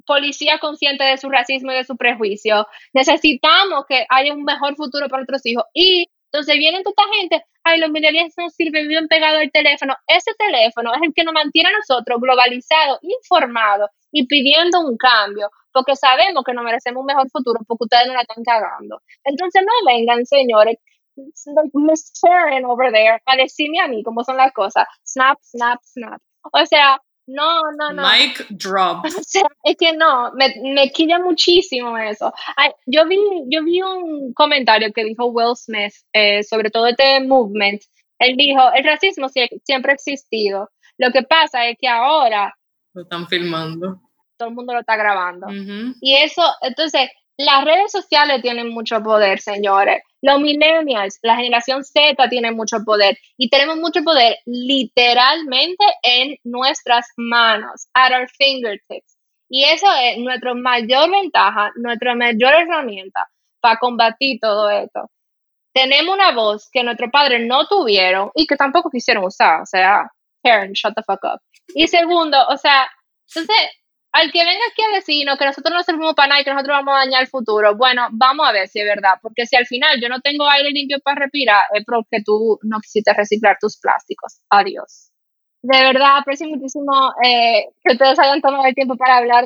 policía consciente de su racismo y de su prejuicio. Necesitamos que haya un mejor futuro para nuestros hijos. Y entonces vienen toda esta gente, ay, los millennials no sirven, viven pegados al teléfono. Ese teléfono es el que nos mantiene a nosotros globalizados, informados y pidiendo un cambio, porque sabemos que nos merecemos un mejor futuro, porque ustedes no la están cagando. Entonces no vengan, señores, like Miss Sharon over there, a decirme a mí cómo son las cosas. Snap, snap, snap. O sea, no. Mic drop. O sea, es que no, me quilla muchísimo eso. Ay, yo vi un comentario que dijo Will Smith sobre todo este movement. Él dijo, el racismo siempre ha existido. Lo que pasa es que ahora Lo están filmando. todo el mundo lo está grabando. Uh-huh. Y eso, entonces, las redes sociales tienen mucho poder, señores. Los millennials, la generación Z tiene mucho poder. Y tenemos mucho poder literalmente en nuestras manos, at our fingertips. Y eso es nuestra mayor ventaja, nuestra mayor herramienta para combatir todo esto. Tenemos una voz que nuestros padres no tuvieron y que tampoco quisieron usar. O sea, Karen, shut the fuck up. Y segundo, o sea, entonces, al que venga aquí a decirnos que nosotros no servimos para nada y que nosotros vamos a dañar el futuro, bueno, vamos a ver si es verdad, porque si al final yo no tengo aire limpio para respirar, es porque tú no quisiste reciclar tus plásticos. Adiós. De verdad, aprecio muchísimo que ustedes hayan tomado el tiempo para hablar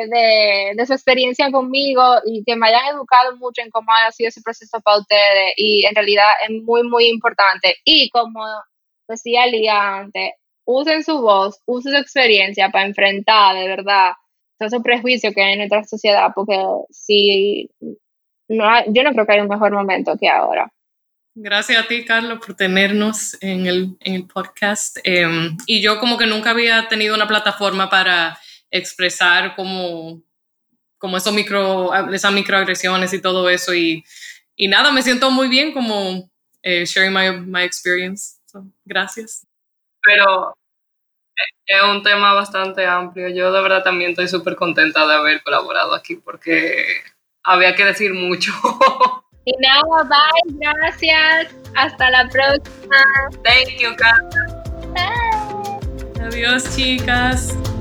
de su experiencia conmigo y que me hayan educado mucho en cómo ha sido ese proceso para ustedes, y en realidad es muy, muy importante. Y como decía Lía antes, usen su voz, usen su experiencia para enfrentar de verdad todos esos prejuicios que hay en nuestra sociedad, porque si yo no creo que haya un mejor momento que ahora. Gracias a ti, Carlos, por tenernos en el podcast. Y yo como que nunca había tenido una plataforma para expresar como esas microagresiones y todo eso. Y nada, me siento muy bien como sharing my experience. So, gracias. Pero es un tema bastante amplio. Yo de verdad también estoy súper contenta de haber colaborado aquí porque había que decir mucho. Y nada, bye, gracias. Hasta la próxima. Thank you, Carla. Bye. Adiós, chicas.